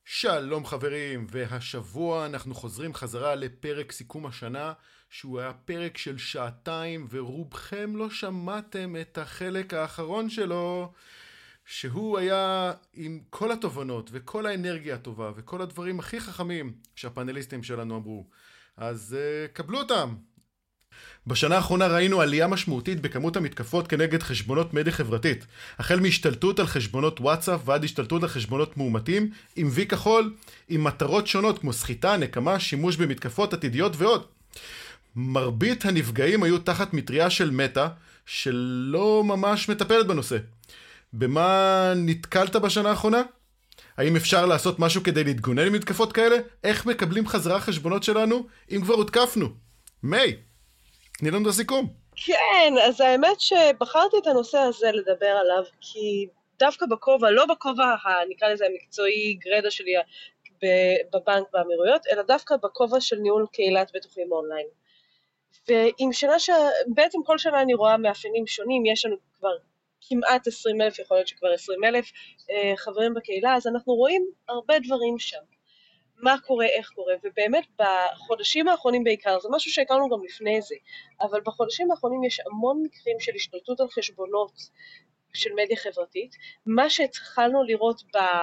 שלום חברים, והשבוע אנחנו חוזרים חזרה לפרק סיכום השנה, שהוא היה פרק של שעתיים, ורובכם לא שמעתם את החלק האחרון שלו, שהוא היה עם כל התובנות וכל האנרגיה הטובה וכל הדברים הכי חכמים שהפאנליסטים שלנו אמרו. אז קבלו אותם. בשנה האחרונה ראינו עלייה משמעותית בכמות המתקפות כנגד חשבונות מדיה חברתית, החל מהשתלטות על חשבונות וואטסאפ ועד השתלטות על חשבונות מאומתים עם וי כחול, עם מטרות שונות כמו סחיטה, נקמה, שימוש במתקפות עתידיות ועוד. מרבית הנפגעים היו תחת מטריה של מטא שלא ממש מטפלת בנושא. במה נתקלת בשנה האחרונה? האם אפשר לעשות משהו כדי להתגונן עם מתקפות כאלה? איך מקבלים חזרה חשבונות שלנו אם כבר הותקפנו? מיי, תני לנו את הסיכום. כן, אז האמת שבחרתי את הנושא הזה לדבר עליו, כי דווקא בכובע, לא בכובע, נקרא לזה המקצועי גרדה שלי בבנק באמירויות, אלא דווקא בכובע של ניהול קהילת בטוחים אונליין. ועם שנה בעצם כל שנה אני רואה מאפיינים שונים, יש לנו כבר כמעט 20,000, יכול להיות שכבר 20,000 חברים בקהילה, אז אנחנו רואים הרבה דברים שם. מה קורה, איך קורה, ובאמת בחודשים האחרונים בעיקר, זה משהו שהכרנו גם לפני זה, אבל בחודשים האחרונים יש המון מקרים של השתלטות על חשבונות של מדיה חברתית, מה שהתחלנו לראות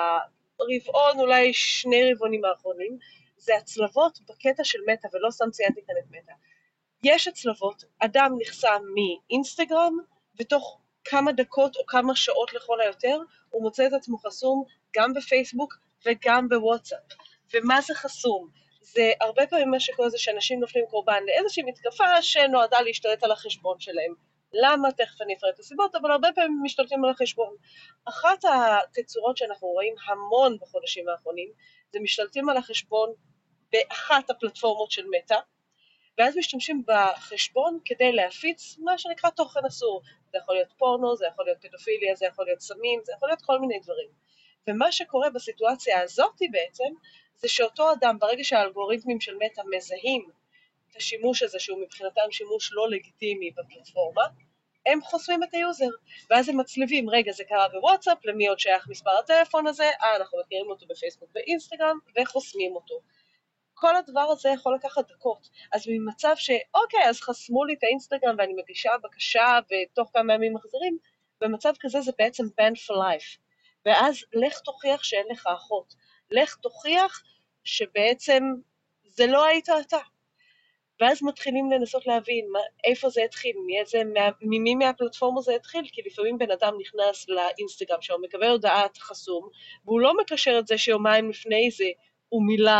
ברבעון, אולי שני רבעונים האחרונים, זה הצלבות בקטע של מטא, ולא סתם ציינתי כאן את מטא. יש הצלבות, אדם נחסם מאינסטגרם, ותוך כמה דקות או כמה שעות לכל היותר, הוא מוצא את עצמו חסום גם בפייסבוק וגם בוואטסאפ. ומה זה חסום? זה הרבה פעמים מה שקורה זה שאנשים נופלים קורבן לאיזושהי מתקפה שנועדה להשתלט על החשבון שלהם. למה? תכף אני אפרט את הסיבות, אבל הרבה פעמים משתלטים על החשבון. אחת התצורות שאנחנו רואים המון בחודשים האחרונים, זה משתלטים על החשבון באחת הפלטפורמות של מטא, ואז משתמשים בחשבון כדי להפיץ מה שנקרא תוכן אסור. זה יכול להיות פורנו, זה יכול להיות פדופיליה, זה יכול להיות סמים, זה יכול להיות כל מיני דברים. ומה שקורה בסיטואציה הזאת בעצם, זה שאותו אדם, ברגע שהאלגוריתמים של מטא מזהים את השימוש הזה, שהוא מבחינתם שימוש לא לגיטימי בפלטפורמה, הם חוסמים את היוזר, ואז הם מצליבים, רגע זה קרה בוואטסאפ, למי עוד שייך מספר הטלפון הזה, אנחנו מכירים אותו בפייסבוק ואינסטגרם, וחוסמים אותו. כל הדבר הזה יכול לקחת דקות, אז ממצב שאוקיי, אז חסמו לי את האינסטגרם ואני מגישה בקשה ותוך כמה ימים מחזירים, במצב כזה זה בעצם ban for life, ואז לך תוכיח שאין לך אחות, לך תוכיח שבעצם זה לא היית אתה, ואז מתחילים לנסות להבין איפה זה התחיל, ממי מהפלטפורמה זה התחיל, כי לפעמים בן אדם נכנס לאינסטגרם שהוא מקבל הודעת חסום, והוא לא מקשר את זה שיומיים לפני זה הוא מילא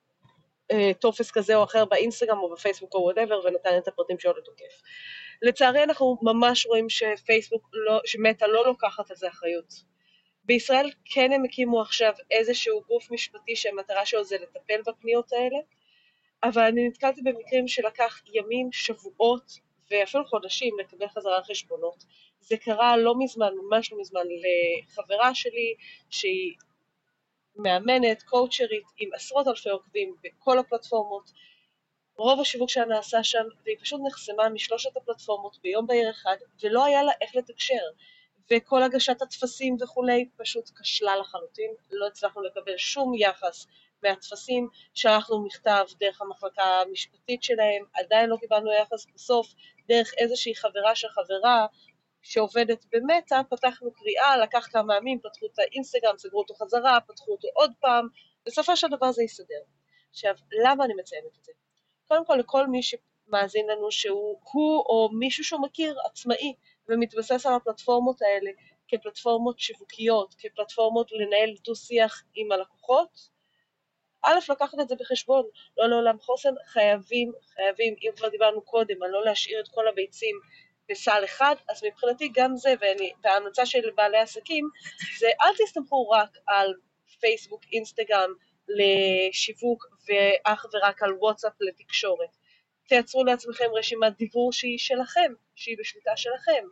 טופס כזה או אחר באינסטגרם או בפייסבוק או whatever ונתן את הפרטים שלו לתוקף. לצערי אנחנו ממש רואים שפייסבוק שמטא לא לוקחת על זה אחריות. בישראל כן הם הקימו עכשיו איזשהו גוף משפטי שהמטרה שלו זה לטפל בפניות האלה, אבל אני נתקלתי במקרים שלקח ימים, שבועות ואפילו חודשים לקבל חזרה חשבונות. זה קרה לא מזמן, ממש לא מזמן, לחברה שלי שהיא מאמנת, קואוצ'רית, עם עשרות אלפי עוקבים בכל הפלטפורמות. רוב השיווק שלה נעשה שם, והיא פשוט נחסמה משלושת הפלטפורמות ביום בהיר אחד, ולא היה לה איך לתקשר. וכל הגשת התפסים וכולי פשוט כשלה לחלוטין, לא הצלחנו לקבל שום יחס מהתפסים, שלחנו מכתב דרך המחלקה המשפטית שלהם, עדיין לא קיבלנו יחס. בסוף, דרך איזושהי חברה של חברה, שעובדת במטא, פתחנו קריאה, לקח כמה ימים, פתחו את האינסטגרם, סגרו אותו חזרה, פתחו אותו עוד פעם, בסופו של דבר זה יסדר. עכשיו, למה אני מציינת את זה? קודם כל, לכל מי שמאזין לנו שהוא או מישהו שהוא מכיר עצמאי, ומתבסס על הפלטפורמות האלה, כפלטפורמות שיווקיות, כפלטפורמות לנהל דו-שיח עם הלקוחות, א', לקחת את זה בחשבון, לא לעולם חוסן, חייבים, אם כבר דיברנו קודם, לא להשאיר את כל הביצים בסל אחד, אז מבחינתי גם זה, וההמלצה של בעלי עסקים, זה אל תסתמכו רק על פייסבוק, אינסטגרם לשיווק, ואך ורק על וואטסאפ לתקשורת. תייצרו לעצמכם רשימת דיבור שהיא שלכם, שהיא בשליטה שלכם.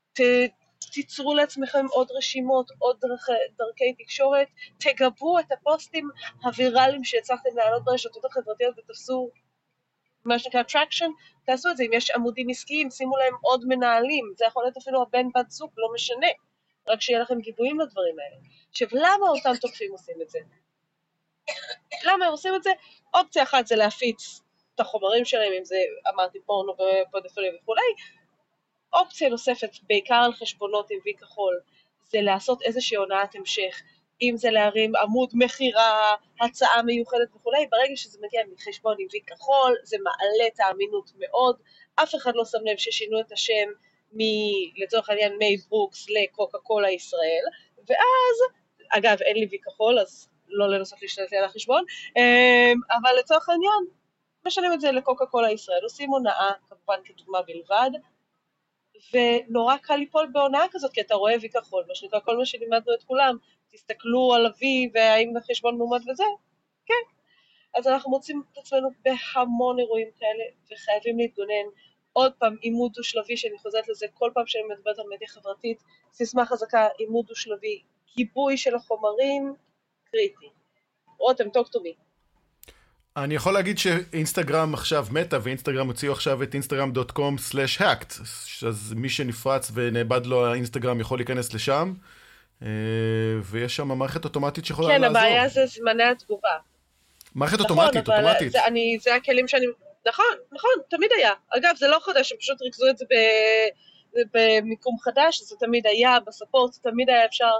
תיצרו לעצמכם עוד רשימות, עוד דרכי תקשורת, תגבו את הפוסטים הוויראליים שהצלחתם להעלות ברשתות החברתיות ותפסו מה שנקרא traction, תעשו את זה. אם יש עמודים עסקיים, שימו להם עוד מנהלים, זה יכול להיות אפילו הבן בת זוג, לא משנה, רק שיהיה לכם גיבויים לדברים האלה. עכשיו, למה אותם תוקפים עושים את זה? למה הם עושים את זה? אופציה אחת זה להפיץ את החומרים שלהם, אם זה אמרתי פורנו ופודופיליה וכולי. אופציה נוספת, בעיקר על חשבונות עם וי כחול, זה לעשות איזושהי הונאת המשך, אם זה להרים עמוד מחירה, הצעה מיוחדת וכולי. ברגע שזה מגיע מחשבון עם וי כחול, זה מעלה את האמינות מאוד. אף אחד לא שם לב ששינו את השם לצורך העניין מי ברוקס לקוקה קולה ישראל, ואז, אגב אין לי וי כחול, אז לא לנסות להשתלט לי על החשבון, אבל לצורך העניין, משנים את זה לקוקה קולה ישראל, עושים הונאה, כמובן כדוגמה בלבד, ונורא קל ליפול בהונאה כזאת, כי אתה רואה וי כחול, מה שנקרא כל מה שלימדנו את כולם, תסתכלו על הוי והאם החשבון מועמד וזה, כן. אז אנחנו מוצאים את עצמנו בהמון אירועים כאלה, וחייבים להתגונן. עוד פעם, עימות דו-שלבי, שאני חוזרת לזה כל פעם שאני מדברת על מדיה חברתית, סיסמה חזקה, עימות דו-שלבי, גיבוי של החומרים, קריטי. רותם, talk to me. אני יכול להגיד שאינסטגרם עכשיו מטה, ואינסטגרם הוציאו עכשיו את instagram.com/hacked, אז מי שנפרץ ונאבד לו האינסטגרם יכול להיכנס לשם, ויש שם מערכת אוטומטית שיכולה לעזור. כן, הבעיה זה זמני התגובה. מערכת אוטומטית, אוטומטית. זה הכלים שאני... נכון, תמיד היה. אגב, זה לא חדש, הם פשוט ריכזו את זה במיקום חדש, זה תמיד היה, בספורט תמיד היה אפשר,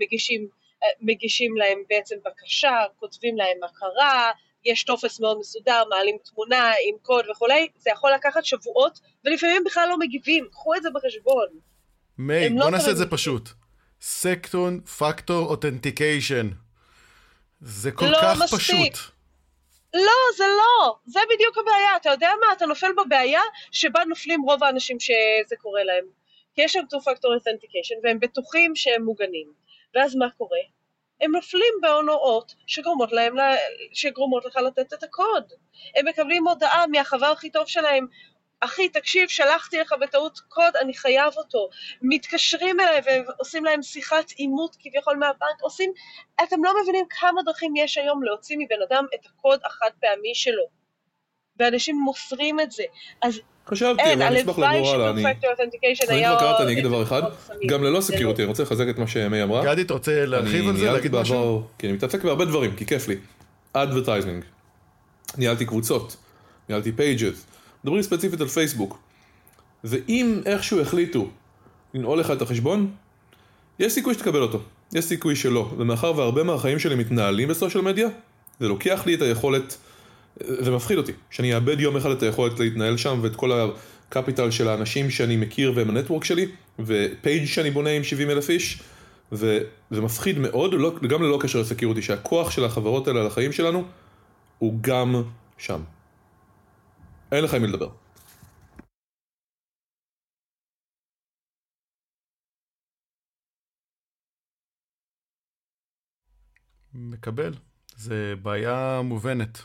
מגישים להם בעצם בקשה, כותבים להם הכרה, יש טופס מאוד מסודר, מעלים תמונה עם קוד וכולי, זה יכול לקחת שבועות, ולפעמים בכלל לא מגיבים, קחו את זה בחשבון. מי, בוא נעשה את זה פשוט. Second Factor Authentication. זה כל כך פשוט. לא, זה לא. זה בדיוק הבעיה. אתה יודע מה? אתה נופל בבעיה שבה נופלים רוב האנשים שזה קורה להם. כי יש שם 2-Factor Authentication, והם בטוחים שהם מוגנים. ואז מה קורה? הם נופלים בהונאות שגרומות לך לתת את הקוד. הם מקבלים הודעה מהחבר הכי טוב שלהם, אחי, תקשיב, שלחתי לך בטעות קוד, אני חייב אותו. מתקשרים אליי ועושים להם שיחת אימות כביכול מהבנק, אתם לא מבינים כמה דרכים יש היום להוציא מבן אדם את הקוד החד פעמי שלו. ואנשים מוסרים את זה. אז חשבתי, אבל אני אשמח לעבור הלאה. אני כבר קראת, אני אגיד דבר אחד, גם ללא סקיוריטי, אני רוצה לחזק את מה שמי אמרה. גדי, אתה רוצה להרחיב על זה, להגיד משהו? כי אני מתעסק בהרבה דברים, כי כיף לי. אדברטייזינג. ניהלתי קבוצות, ניהלתי פייג'ס, מדברים ספציפית על פייסבוק. ואם איכשהו החליטו לנעול לך את החשבון, יש סיכוי שתקבל אותו. יש סיכוי שלא. ומאחר והרבה מהחיים שלי מתנהלים בסושיאל מדיה, זה לוקח לי את היכולת, זה מפחיד אותי, שאני אאבד יום אחד את היכולת להתנהל שם, ואת כל הקפיטל של האנשים שאני מכיר והם הנטוורק שלי, ופייג' שאני בונה עם 70,000 איש, וזה מפחיד מאוד, גם ללא קשר לסקיוריטי, שהכוח של החברות האלה על החיים שלנו, הוא גם שם. אין לך עם מי לדבר. מקבל. זה בעיה מובנת.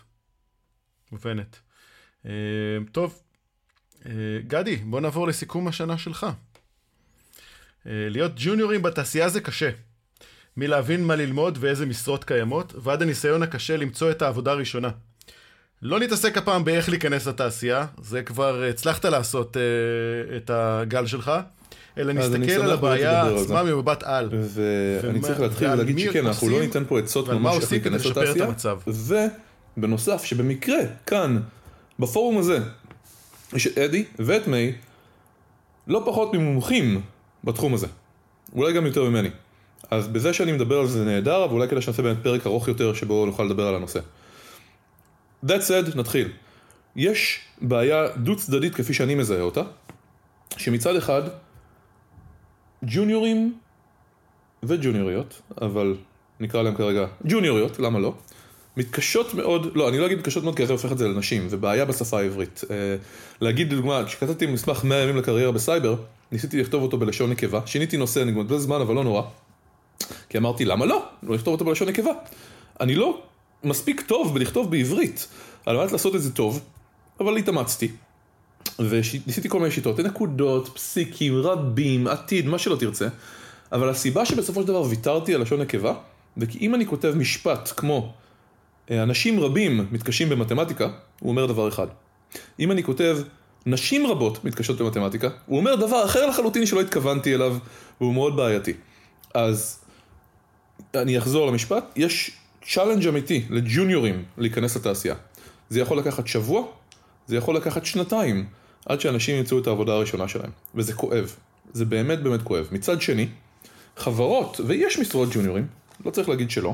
טוב, גדי, בוא נעבור לסיכום השנה שלך. להיות ג'וניורים בתעשייה זה קשה. מלהבין מה ללמוד ואיזה משרות קיימות, ועד הניסיון הקשה למצוא את העבודה הראשונה. לא נתעסק הפעם באיך להיכנס לתעשייה, זה כבר הצלחת לעשות את הגל שלך, אלא נסתכל על הבעיה עצמה ממבט על. ואני צריך להתחיל להגיד שכן, אנחנו לא ניתן פה עצות ממש איך להיכנס לתעשייה. ובנוסף, שבמקרה, כאן, בפורום הזה, יש את אדי ואת מי, לא פחות ממומחים בתחום הזה. אולי גם יותר ממני. אז בזה שאני מדבר על זה נהדר, אבל אולי כדי שנעשה באמת פרק ארוך יותר, שבו נוכל לדבר על הנושא. That said, נתחיל. יש בעיה דו צדדית כפי שאני מזהה אותה, שמצד אחד, ג'וניורים וג'וניוריות, אבל נקרא להם כרגע ג'וניוריות, למה לא? מתקשות מאוד, לא, אני לא אגיד מתקשות מאוד כי זה הופך את זה לנשים, זה בעיה בשפה העברית. להגיד לדוגמה, כשכתבתי מסמך 100 ימים לקריירה בסייבר, ניסיתי לכתוב אותו בלשון נקבה, שיניתי נושא, אני גמד זמן, אבל לא נורא, כי אמרתי, למה לא? לא לכתוב אותו בלשון נקבה. אני לא מספיק טוב בלכתוב בעברית, על מנת לעשות את זה טוב, אבל התאמצתי, וניסיתי כל מיני שיטות, נקודות, פסיקים, רבים, עתיד, מה שלא תרצה, אבל הסיבה שבסופו של דבר ויתרתי על לשון נקבה, וכי אם אני כותב משפט כמו אנשים רבים מתקשים במתמטיקה, הוא אומר דבר אחד. אם אני כותב נשים רבות מתקשות במתמטיקה, הוא אומר דבר אחר לחלוטין שלא התכוונתי אליו, והוא מאוד בעייתי. אז אני אחזור למשפט, יש צ'אלנג' אמיתי לג'וניורים להיכנס לתעשייה. זה יכול לקחת שבוע, זה יכול לקחת שנתיים, עד שאנשים ימצאו את העבודה הראשונה שלהם. וזה כואב. זה באמת באמת כואב. מצד שני, חברות, ויש משרות ג'וניורים, לא צריך להגיד שלא,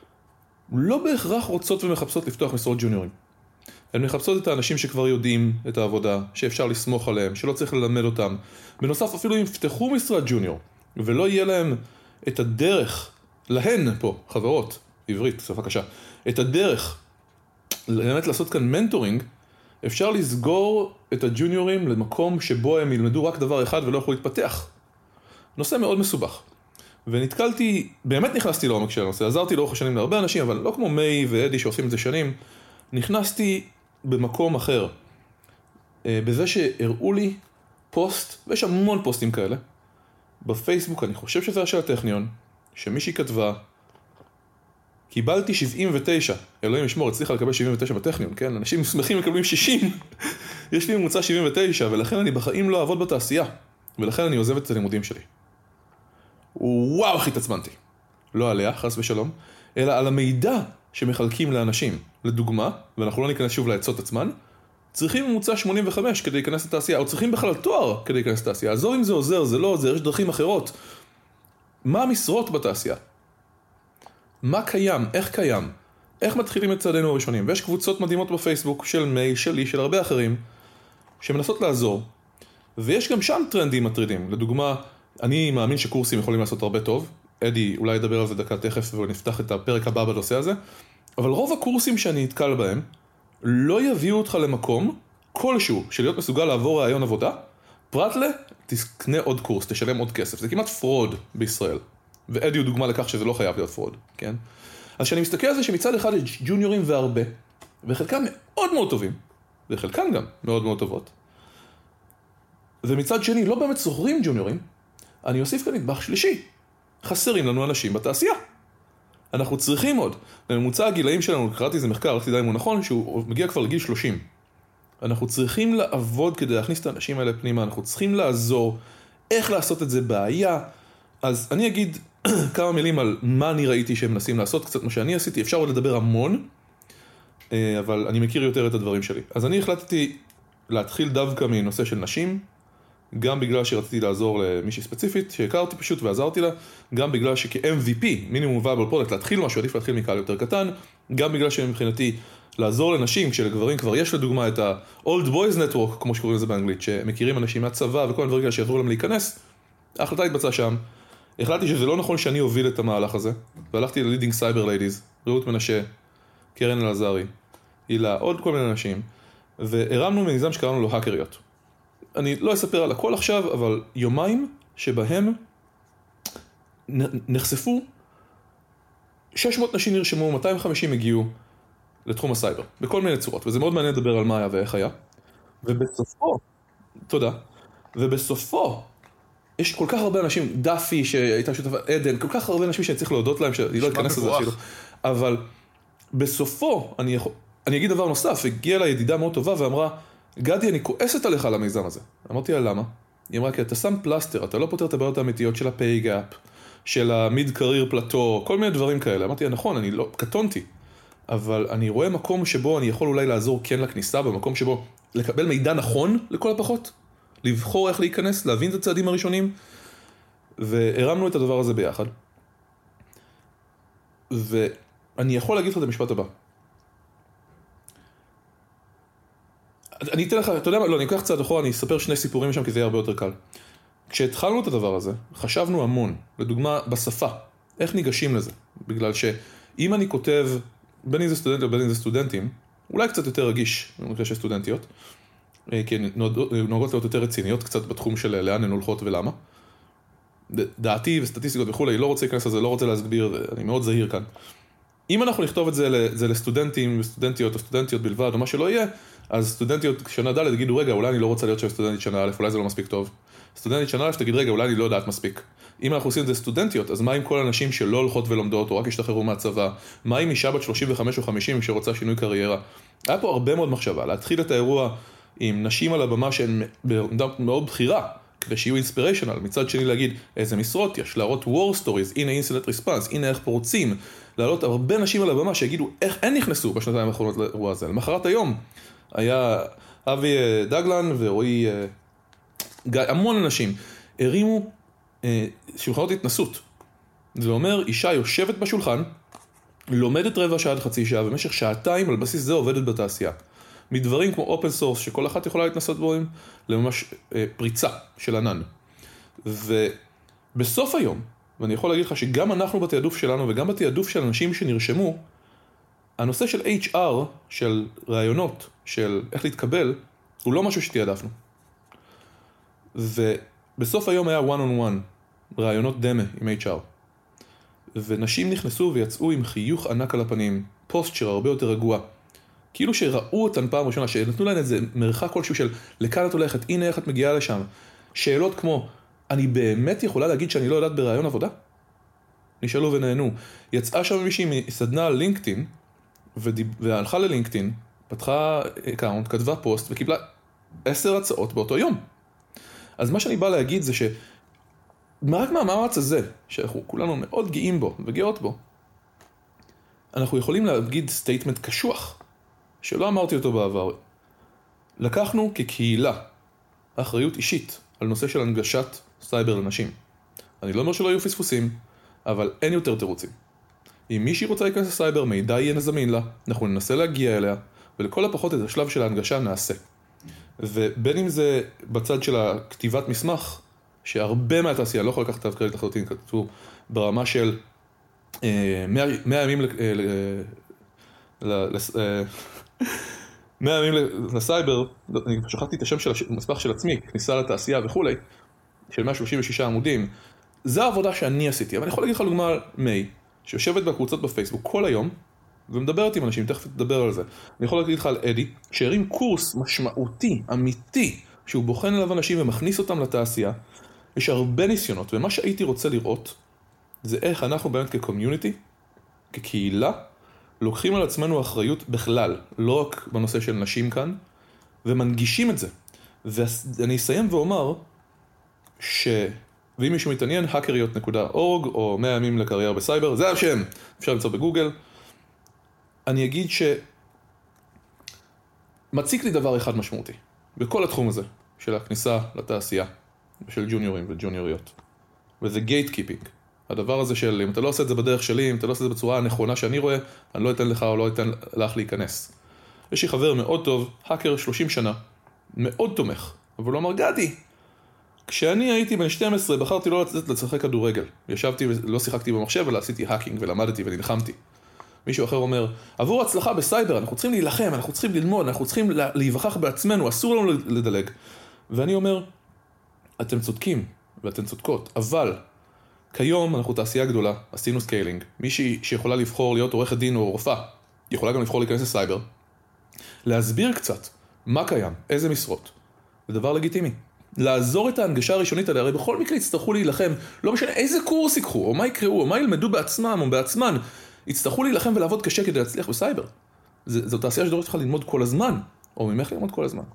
לא בהכרח רוצות ומחפשות לפתוח משרות ג'וניורים. הן מחפשות את האנשים שכבר יודעים את העבודה, שאפשר לסמוך עליהם, שלא צריך ללמד אותם. בנוסף, אפילו אם יפתחו משרת ג'וניור, ולא יהיה להם את הדרך, להן פה, חברות, עברית, שפה קשה, את הדרך, באמת לעשות כאן מנטורינג, אפשר לסגור את הג'וניורים למקום שבו הם ילמדו רק דבר אחד ולא יכולו להתפתח. נושא מאוד מסובך. ונתקלתי, באמת נכנסתי לעומק של הנושא, עזרתי לאורך השנים להרבה אנשים, אבל לא כמו מי ואדי שעושים את זה שנים, נכנסתי במקום אחר, בזה שהראו לי פוסט, ויש המון פוסטים כאלה, בפייסבוק, אני חושב שזה היה של הטכניון, שמישהי כתבה, קיבלתי 79, אלוהים ישמור, הצליחה לקבל 79 בטכניון, כן? אנשים שמחים מקבלים 60, יש לי ממוצע 79, ולכן אני בחיים לא אעבוד בתעשייה, ולכן אני עוזב את הלימודים שלי. וואו, איך התעצמנתי. לא עליה, חס ושלום, אלא על המידע שמחלקים לאנשים. לדוגמה, ואנחנו לא ניכנס שוב לעצות עצמן, צריכים ממוצע 85 כדי להיכנס לתעשייה, או צריכים בכלל תואר כדי להיכנס לתעשייה. עזור אם זה עוזר, זה לא עוזר, יש דרכים אחרות. מה המשרות בתעשייה? מה קיים? איך קיים? איך מתחילים את צעדינו הראשונים? ויש קבוצות מדהימות בפייסבוק של מי, שלי, של הרבה אחרים, שמנסות לעזור. ויש גם שם טרנדים מטרידים. לדוגמה, אני מאמין שקורסים יכולים לעשות הרבה טוב. אדי אולי ידבר על זה דקה תכף ונפתח את הפרק הבא בנושא הזה. אבל רוב הקורסים שאני נתקל בהם לא יביאו אותך למקום כלשהו של להיות מסוגל לעבור רעיון עבודה. פרט תקנה עוד קורס, תשלם עוד כסף. זה כמעט פרוד בישראל. ואדי הוא דוגמה לכך שזה לא חייב להיות פרוד, כן? אז שאני מסתכל על זה שמצד אחד יש ג'וניורים והרבה, וחלקם מאוד מאוד טובים, וחלקם גם מאוד מאוד טובות. ומצד שני לא באמת זוכרים ג'וניורים, אני אוסיף כאן נדבך שלישי. חסרים לנו אנשים בתעשייה. אנחנו צריכים עוד. בממוצע הגילאים שלנו, קראתי איזה מחקר, לא תדע אם הוא נכון, שהוא מגיע כבר לגיל 30. אנחנו צריכים לעבוד כדי להכניס את האנשים האלה פנימה, אנחנו צריכים לעזור, איך לעשות את זה בעיה. אז אני אגיד כמה מילים על מה אני ראיתי שהם מנסים לעשות, קצת מה שאני עשיתי, אפשר עוד לדבר המון, אבל אני מכיר יותר את הדברים שלי. אז אני החלטתי להתחיל דווקא מנושא של נשים, גם בגלל שרציתי לעזור למישהי ספציפית, שהכרתי פשוט ועזרתי לה, גם בגלל שכ-MVP, מינימום וייבל פרודקט, להתחיל משהו, עדיף להתחיל מקהל יותר קטן, גם בגלל שמבחינתי לעזור לנשים, כשלגברים כבר יש לדוגמה את ה-Old Boys Network, כמו שקוראים לזה באנגלית, שמכירים אנשים מהצבא וכל הדברים כאלה שיעזרו להם להיכנס, ההחלטה התבצעה שם. החלטתי שזה לא נכון שאני אוביל את המהלך הזה, והלכתי ל-Leading Cyber Ladies, רעות מנשה, קרן אלעזרי, הילה, עוד כל מיני אנשים, והרמנו מיזם שקראנו לו האקריות. אני לא אספר על הכל עכשיו, אבל יומיים שבהם נחשפו 600 נשים נרשמו, 250 הגיעו לתחום הסייבר, בכל מיני צורות, וזה מאוד מעניין לדבר על מה היה ואיך היה. ובסופו, תודה, ובסופו, יש כל כך הרבה אנשים, דאפי שהייתה שותפה, עדן, כל כך הרבה אנשים שאני צריך להודות להם, שאני לא אכנס לזה אפילו, אבל בסופו, אני אגיד דבר נוסף, הגיעה לה ידידה מאוד טובה ואמרה, גדי, אני כועסת עליך על המיזם הזה. אמרתי לה, למה? היא אמרה, כי אתה שם פלסטר, אתה לא פותר את הבעיות האמיתיות של ה-pay gap, של ה-mid-career plateau, כל מיני דברים כאלה. אמרתי לה, נכון, אני לא, קטונתי, אבל אני רואה מקום שבו אני יכול אולי לעזור כן לכניסה, במקום שבו לקבל מידע נכון לכל הפחות, לבחור איך להיכנס, להבין את הצעדים הראשונים, והרמנו את הדבר הזה ביחד. ואני יכול להגיד לך את המשפט הבא. אני אתן לך, אתה יודע מה, לא, אני אקח קצת אחורה, אני אספר שני סיפורים שם, כי זה יהיה הרבה יותר קל. כשהתחלנו את הדבר הזה, חשבנו המון, לדוגמה, בשפה, איך ניגשים לזה? בגלל שאם אני כותב, בין אם זה סטודנט או בין אם זה סטודנטים, אולי קצת יותר רגיש, במקרה של סטודנטיות, כי נוהגות להיות יותר רציניות, קצת בתחום של לאן הן הולכות ולמה. דעתי וסטטיסטיקות וכולי, לא רוצה להיכנס לזה, לא רוצה להסביר, אני מאוד זהיר כאן. אם אנחנו נכתוב את זה לסטודנטים וסטודנטיות או סטודנטיות בלבד או מה שלא יהיה, אז סטודנטיות שנה ד' תגידו, רגע, אולי אני לא רוצה להיות שם סטודנטית שנה א', אולי זה לא מספיק טוב. סטודנטית שנה א' תגיד, רגע, אולי אני לא יודעת מספיק. אם אנחנו עושים את זה סטודנטיות, אז מה עם כל האנשים שלא הולכות ולומדות או רק השתחררו מהצבא? מה עם אישה בת 35 או 50 שרוצה שינוי קריירה? היה פה הרבה מאוד מחשבה, להתחיל את האירוע עם נשים על הבמה שהן מאוד בחירה, כדי שיהיו אינספיריישנל, מצד שני להגיד איזה משרות יש, להראות war stories, הנה incident response, הנה איך פורצים, להעלות הרבה נשים על הבמה שיגידו איך הן נכנסו בשנתיים האחרונות לאירוע הזה. למחרת היום היה אבי דגלן ורועי גיא, המון אנשים הרימו שולחנות התנסות. זה אומר, אישה יושבת בשולחן, לומדת רבע שעה עד חצי שעה, במשך שעתיים על בסיס זה עובדת בתעשייה. מדברים כמו אופן סורס, שכל אחת יכולה להתנסות בהם, לממש פריצה של ענן. ובסוף היום, ואני יכול להגיד לך שגם אנחנו בתיעדוף שלנו, וגם בתיעדוף של אנשים שנרשמו, הנושא של HR, של רעיונות, של איך להתקבל, הוא לא משהו שתיעדפנו. ובסוף היום היה one on one, רעיונות דמה עם HR. ונשים נכנסו ויצאו עם חיוך ענק על הפנים, פוסטצ'ר הרבה יותר רגוע. כאילו שראו אותן פעם ראשונה, שנתנו להן איזה מרחק כלשהו של לכאן את הולכת, הנה איך את מגיעה לשם. שאלות כמו, אני באמת יכולה להגיד שאני לא יודעת ברעיון עבודה? נשאלו ונהנו. יצאה שם מישהי מסדנה על לינקדאין, והלכה ללינקדאין, פתחה אקאונט, כתבה פוסט וקיבלה 10 הצעות באותו יום. אז מה שאני בא להגיד זה רק מהמאמץ הזה, שאנחנו כולנו מאוד גאים בו וגאות בו, אנחנו יכולים להגיד סטייטמנט קשוח, שלא אמרתי אותו בעבר. לקחנו כקהילה אחריות אישית על נושא של הנגשת סייבר לנשים. אני לא אומר שלא יהיו פספוסים, אבל אין יותר תירוצים. אם מישהי רוצה להיכנס לסייבר, מידע יהיה נזמין לה, אנחנו ננסה להגיע אליה, ולכל הפחות את השלב של ההנגשה נעשה. ובין אם זה בצד של הכתיבת מסמך, שהרבה מהתעשייה, לא יכול לקחת את הקרדיט לחלוטין, כתבו ברמה של 100 ימים 100 ימים לסייבר, אני שכחתי את השם של המסמך של עצמי, כניסה לתעשייה וכולי, של 136 עמודים. זו העבודה שאני עשיתי, אבל אני יכול להגיד לך דוגמה מי, שיושבת בקבוצות בפייסבוק כל היום, ומדברת עם אנשים, תכף תדבר על זה. אני יכול להגיד לך על אדי, שהרים קורס משמעותי, אמיתי, שהוא בוחן עליו אנשים ומכניס אותם לתעשייה. יש הרבה ניסיונות, ומה שהייתי רוצה לראות, זה איך אנחנו באמת כקומיוניטי, כקהילה, לוקחים על עצמנו אחריות בכלל, לא רק בנושא של נשים כאן, ומנגישים את זה. ואני אסיים ואומר, ואם מישהו מתעניין, hackerיות.org, או 100 ימים לקריירה בסייבר, זה השם, אפשר למצוא בגוגל. אני אגיד מציק לי דבר אחד משמעותי, בכל התחום הזה, של הכניסה לתעשייה, של ג'וניורים וג'וניוריות. וזה גייט-קיפינג. הדבר הזה של, אם אתה לא עושה את זה בדרך שלי, אם אתה לא עושה את זה בצורה הנכונה שאני רואה, אני לא אתן לך או לא אתן לך להיכנס. יש לי חבר מאוד טוב, האקר 30 שנה, מאוד תומך, אבל הוא אמר, גדי, כשאני הייתי בן 12, בחרתי לא לצאת לשחק כדורגל. ישבתי ולא שיחקתי במחשב, אלא עשיתי האקינג ולמדתי ונלחמתי. מישהו אחר אומר, עבור הצלחה בסייבר, אנחנו צריכים להילחם, אנחנו צריכים ללמוד, אנחנו צריכים להיווכח בעצמנו, אסור לנו לדלג. ואני אומר, אתם צודקים ואתן צודקות, אבל כיום אנחנו תעשייה גדולה, עשינו סקיילינג, מישהי שיכולה לבחור להיות עורכת דין או רופאה, יכולה גם לבחור להיכנס לסייבר, להסביר קצת מה קיים, איזה משרות, זה דבר לגיטימי. לעזור את ההנגשה הראשונית עליה, הרי בכל מקרה יצטרכו להילחם, לא משנה איזה קורס יקחו, או מה יקראו, או מה ילמדו בעצמם או בעצמן, יצטרכו להילחם ולעבוד קשה כדי להצליח בסייבר. זו תעשייה שדורשת לך ללמוד כל הזמן, או ממך ללמוד כל הזמן.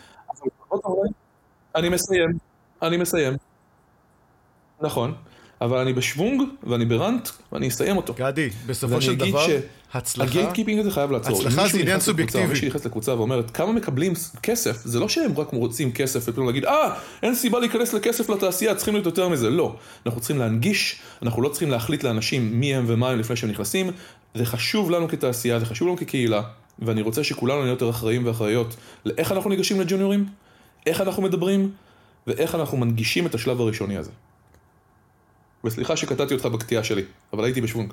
אני מסיים. נכון. אבל אני בשוונג, ואני ברנט, ואני אסיים אותו. גדי, בסופו של דבר, הצלחה... הגייט-קיפינג הזה חייב לעצור. הצלחה זה עניין סובייקטיבי. מי שנכנס לקבוצה ואומרת, כמה מקבלים כסף, זה לא שהם רק רוצים כסף, ופתאום להגיד, אין סיבה להיכנס לכסף לתעשייה, צריכים להיות יותר מזה. לא. אנחנו צריכים להנגיש, אנחנו לא צריכים להחליט לאנשים מי הם ומה הם לפני שהם נכנסים. זה חשוב לנו כתעשייה, זה חשוב לנו כקהילה, ואני רוצה שכולנו נהיה יותר אחראים ואחראיות לאיך אנחנו ניגשים לג'וניורים, איך אנחנו מדברים, ואיך אנחנו מנגישים את השלב הראשוני הזה. וסליחה שקטעתי אותך בקטיעה שלי, אבל הייתי בשוונג.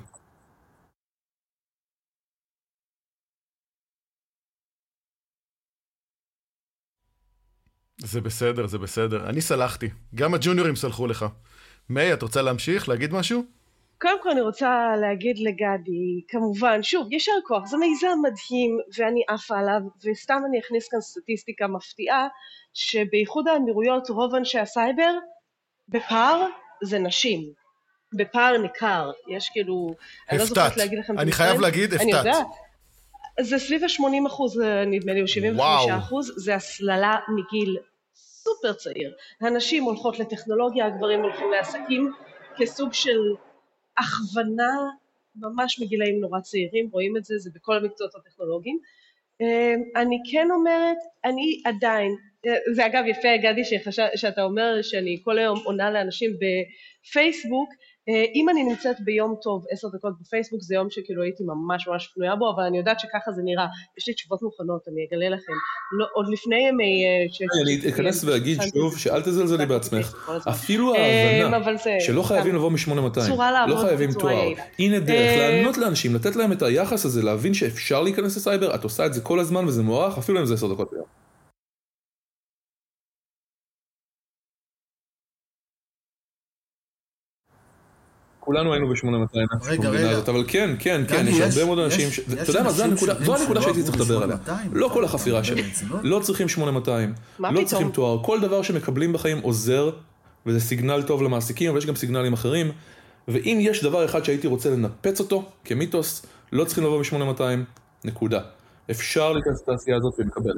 זה בסדר, זה בסדר. אני סלחתי. גם הג'וניורים סלחו לך. מי, את רוצה להמשיך? להגיד משהו? קודם כל אני רוצה להגיד לגדי, כמובן, שוב, ישר כוח, זה מיזם מדהים ואני עפה עליו, וסתם אני אכניס כאן סטטיסטיקה מפתיעה, שבייחוד האמירויות רוב אנשי הסייבר, בפער זה נשים. בפער ניכר, יש כאילו... הפתעת, אני חייב להגיד, הפתעת. אני יודע, זה סביב ה-80%, נדמה לי, או 75%, זה הסללה מגיל סופר צעיר. הנשים הולכות לטכנולוגיה, הגברים הולכים לעסקים, כסוג של הכוונה, ממש מגילאים נורא צעירים, רואים את זה, זה בכל המקצועות הטכנולוגיים. אני כן אומרת, אני עדיין, זה אגב יפה גדי שאתה אומר שאני כל היום עונה לאנשים בפייסבוק, אם אני נמצאת ביום טוב 10 דקות בפייסבוק זה יום שכאילו הייתי ממש ממש פנויה בו, אבל אני יודעת שככה זה נראה, יש לי תשובות מוכנות, אני אגלה לכם, עוד לפני ימי... אני אכנס ואגיד שוב שאל תזלזלי בעצמך, אפילו ההבנה שלא חייבים לבוא מ-8200, לא חייבים תואר, הנה דרך לענות לאנשים, לתת להם את היחס הזה, להבין שאפשר להיכנס לסייבר, את עושה את זה כל הזמן וזה מוערך, אפילו אם זה 10 דקות ביום. כולנו היינו ב-8200 במדינה הזאת, אבל כן, יש הרבה מאוד אנשים, אתה יודע מה, זו הנקודה שהייתי צריך לדבר עליה, לא כל החפירה שלי, לא צריכים 8200, לא צריכים תואר, כל דבר שמקבלים בחיים עוזר, וזה סיגנל טוב למעסיקים, אבל יש גם סיגנלים אחרים, ואם יש דבר אחד שהייתי רוצה לנפץ אותו, כמיתוס, לא צריכים לבוא ב-8200, נקודה. אפשר להיכנס לתעשייה הזאת ומקבלת.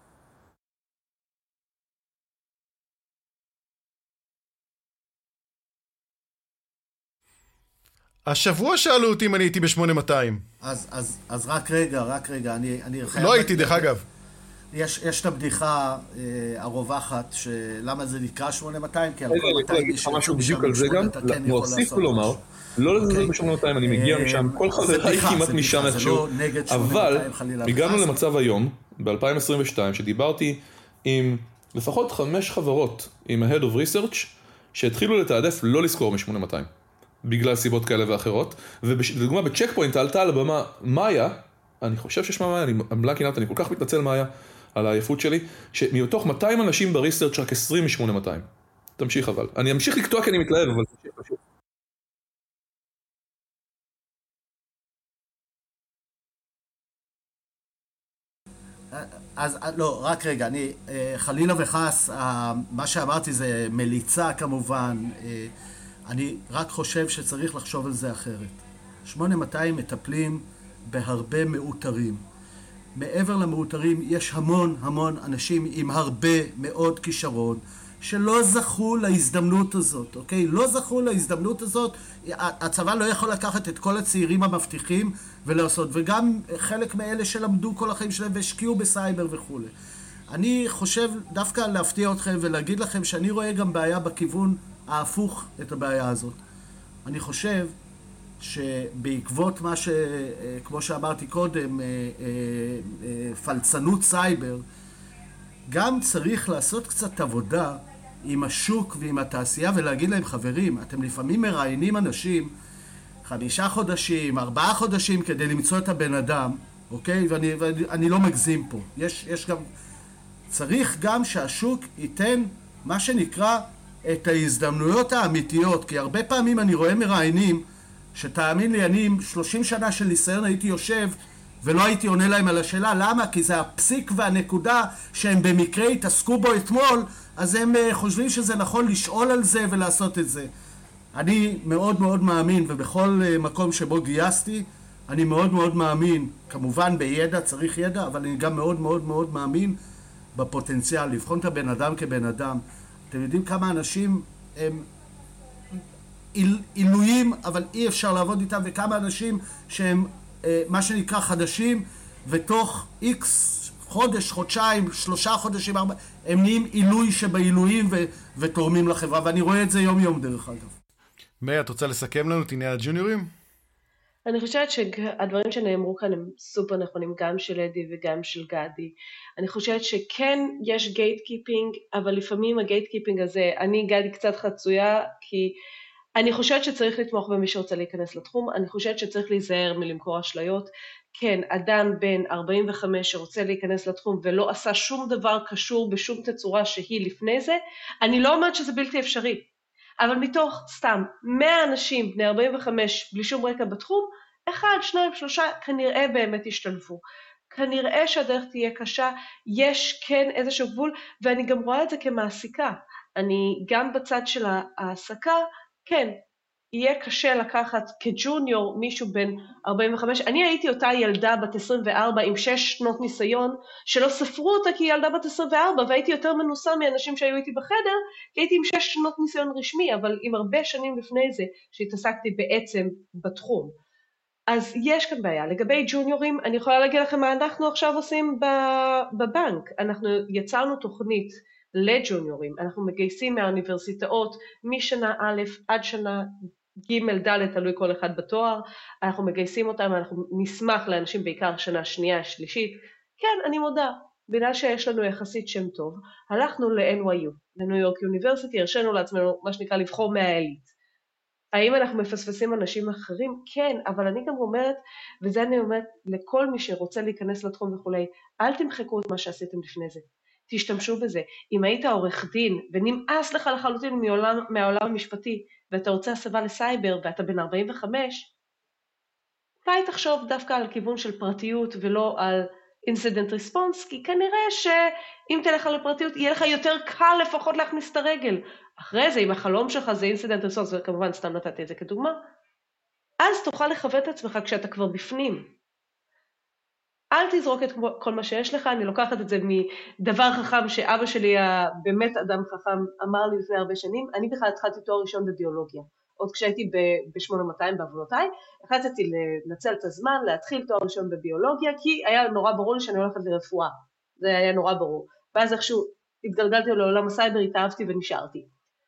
השבוע שאלו אותי אם אני הייתי ב-8200. אז רק רגע, אני לא הייתי דרך אגב. יש את הבדיחה הרווחת, שלמה זה נקרא 8200, כי על כל 200 אני אגיד לך משהו בדיוק על זה גם, להוסיף ולומר, לא לזלזל ב-8200, אני מגיע משם, כל חבריי כמעט משם איכשהו, אבל הגענו למצב היום, ב-2022, שדיברתי עם לפחות 5 חברות, עם ה-Head of Research, שהתחילו לתעדף לא לזכור מ-8200. בגלל סיבות כאלה ואחרות, ולדוגמה בצ'ק פוינט עלתה על הבמה מאיה, אני חושב ששמה מאיה, אני אמלקי נעת, אני כל כך מתנצל מאיה על העייפות שלי, שמתוך 200 אנשים בריסרצ' רק 20 מ-8200. תמשיך אבל. אני אמשיך לקטוע כי אני מתלהב, אבל תמשיך פשוט. אז לא, רק רגע, אני חלילה וחס, מה שאמרתי זה מליצה כמובן, אני רק חושב שצריך לחשוב על זה אחרת. 8200 מטפלים בהרבה מאותרים. מעבר למאותרים יש המון אנשים עם הרבה מאוד כישרון שלא זכו להזדמנות הזאת, אוקיי? לא זכו להזדמנות הזאת, הצבא לא יכול לקחת את כל הצעירים המבטיחים ולעשות, וגם חלק מאלה שלמדו כל החיים שלהם והשקיעו בסייבר וכו'. אני חושב דווקא להפתיע אתכם ולהגיד לכם שאני רואה גם בעיה בכיוון ההפוך את הבעיה הזאת. אני חושב שבעקבות מה כמו שאמרתי קודם, פלצנות סייבר, גם צריך לעשות קצת עבודה עם השוק ועם התעשייה ולהגיד להם, חברים, אתם לפעמים מראיינים אנשים 5 חודשים, 4 חודשים כדי למצוא את הבן אדם, אוקיי? ואני לא מגזים פה. יש גם, צריך גם שהשוק ייתן מה שנקרא את ההזדמנויות האמיתיות, כי הרבה פעמים אני רואה מראיינים שתאמין לי, אני עם 30 שנה של ניסיון הייתי יושב ולא הייתי עונה להם על השאלה. למה? כי זה הפסיק והנקודה שהם במקרה התעסקו בו אתמול, אז הם חושבים שזה נכון לשאול על זה ולעשות את זה. אני מאוד מאמין, ובכל מקום שבו גייסתי, אני מאוד מאמין, כמובן בידע, צריך ידע, אבל אני גם מאוד מאמין בפוטנציאל, לבחון את הבן אדם כבן אדם. אתם יודעים כמה אנשים הם עילויים, אבל אי אפשר לעבוד איתם, וכמה אנשים שהם מה שנקרא חדשים, ותוך איקס חודש, חודשיים, 3 חודשים, 4, הם נהיים עילוי שבעילויים ותורמים לחברה, ואני רואה את זה יום דרך אגב. מאיה, את רוצה לסכם לנו את עניין הג'וניורים? אני חושבת שהדברים שנאמרו כאן הם סופר נכונים, גם של אדי וגם של גדי. אני חושבת שכן יש גייטקיפינג, אבל לפעמים הגייטקיפינג הזה, אני גדי קצת חצויה, כי אני חושבת שצריך לתמוך במי שרוצה להיכנס לתחום, אני חושבת שצריך להיזהר מלמכור אשליות. כן, אדם בן 45 שרוצה להיכנס לתחום ולא עשה שום דבר קשור בשום תצורה שהיא לפני זה, אני לא אומרת שזה בלתי אפשרי. אבל מתוך סתם 100 אנשים בני 45 בלי שום רקע בתחום, 1, 2, 3 כנראה באמת ישתלבו. כנראה שהדרך תהיה קשה, יש כן איזשהו גבול, ואני גם רואה את זה כמעסיקה. אני גם בצד של העסקה, כן, יהיה קשה לקחת כג'וניור מישהו בן 45, אני הייתי אותה ילדה בת 24 עם 6 שנות ניסיון, שלא ספרו אותה כי היא ילדה בת 24, והייתי יותר מנוסה מאנשים שהיו איתי בחדר, כי הייתי עם 6 שנות ניסיון רשמי, אבל עם הרבה שנים לפני זה, שהתעסקתי בעצם בתחום. אז יש כאן בעיה. לגבי ג'וניורים, אני יכולה להגיד לכם מה אנחנו עכשיו עושים בבנק. אנחנו יצרנו תוכנית לג'וניורים, אנחנו מגייסים מהאוניברסיטאות משנה א' עד שנה ג' ד', תלוי כל אחד בתואר, אנחנו מגייסים אותם, אנחנו נשמח לאנשים בעיקר שנה שנייה, שלישית. כן, אני מודה, בגלל שיש לנו יחסית שם טוב, הלכנו ל-NYU, לניו יורק יוניברסיטי, הרשנו לעצמנו מה שנקרא לבחור מהאליט. האם אנחנו מפספסים אנשים אחרים? כן, אבל אני גם אומרת, וזה אני אומרת לכל מי שרוצה להיכנס לתחום וכולי, אל תמחקו את מה שעשיתם לפני זה. תשתמשו בזה. אם היית עורך דין ונמאס לך לחלוטין מהעולם המשפטי, ואתה רוצה הסבה לסייבר ואתה בן 45, אולי תחשוב דווקא על כיוון של פרטיות ולא על incident response, כי כנראה שאם תלך על הפרטיות יהיה לך יותר קל לפחות להכניס את הרגל. אחרי זה, אם החלום שלך זה incident response, וכמובן סתם נתתי את זה כדוגמה, אז תוכל לכוון את עצמך כשאתה כבר בפנים. אל תזרוק את כל מה שיש לך, אני לוקחת את זה מדבר חכם שאבא שלי, באמת אדם חכם, אמר לי לפני הרבה שנים, אני בכלל התחלתי תואר ראשון בביולוגיה, עוד כשהייתי ב-8200 בעוונותיי, החלטתי לנצל את הזמן, להתחיל תואר ראשון בביולוגיה, כי היה נורא ברור לי שאני הולכת לרפואה, זה היה נורא ברור, ואז איכשהו התגלגלתי לעולם הסייבר, התאהבתי ונשארתי,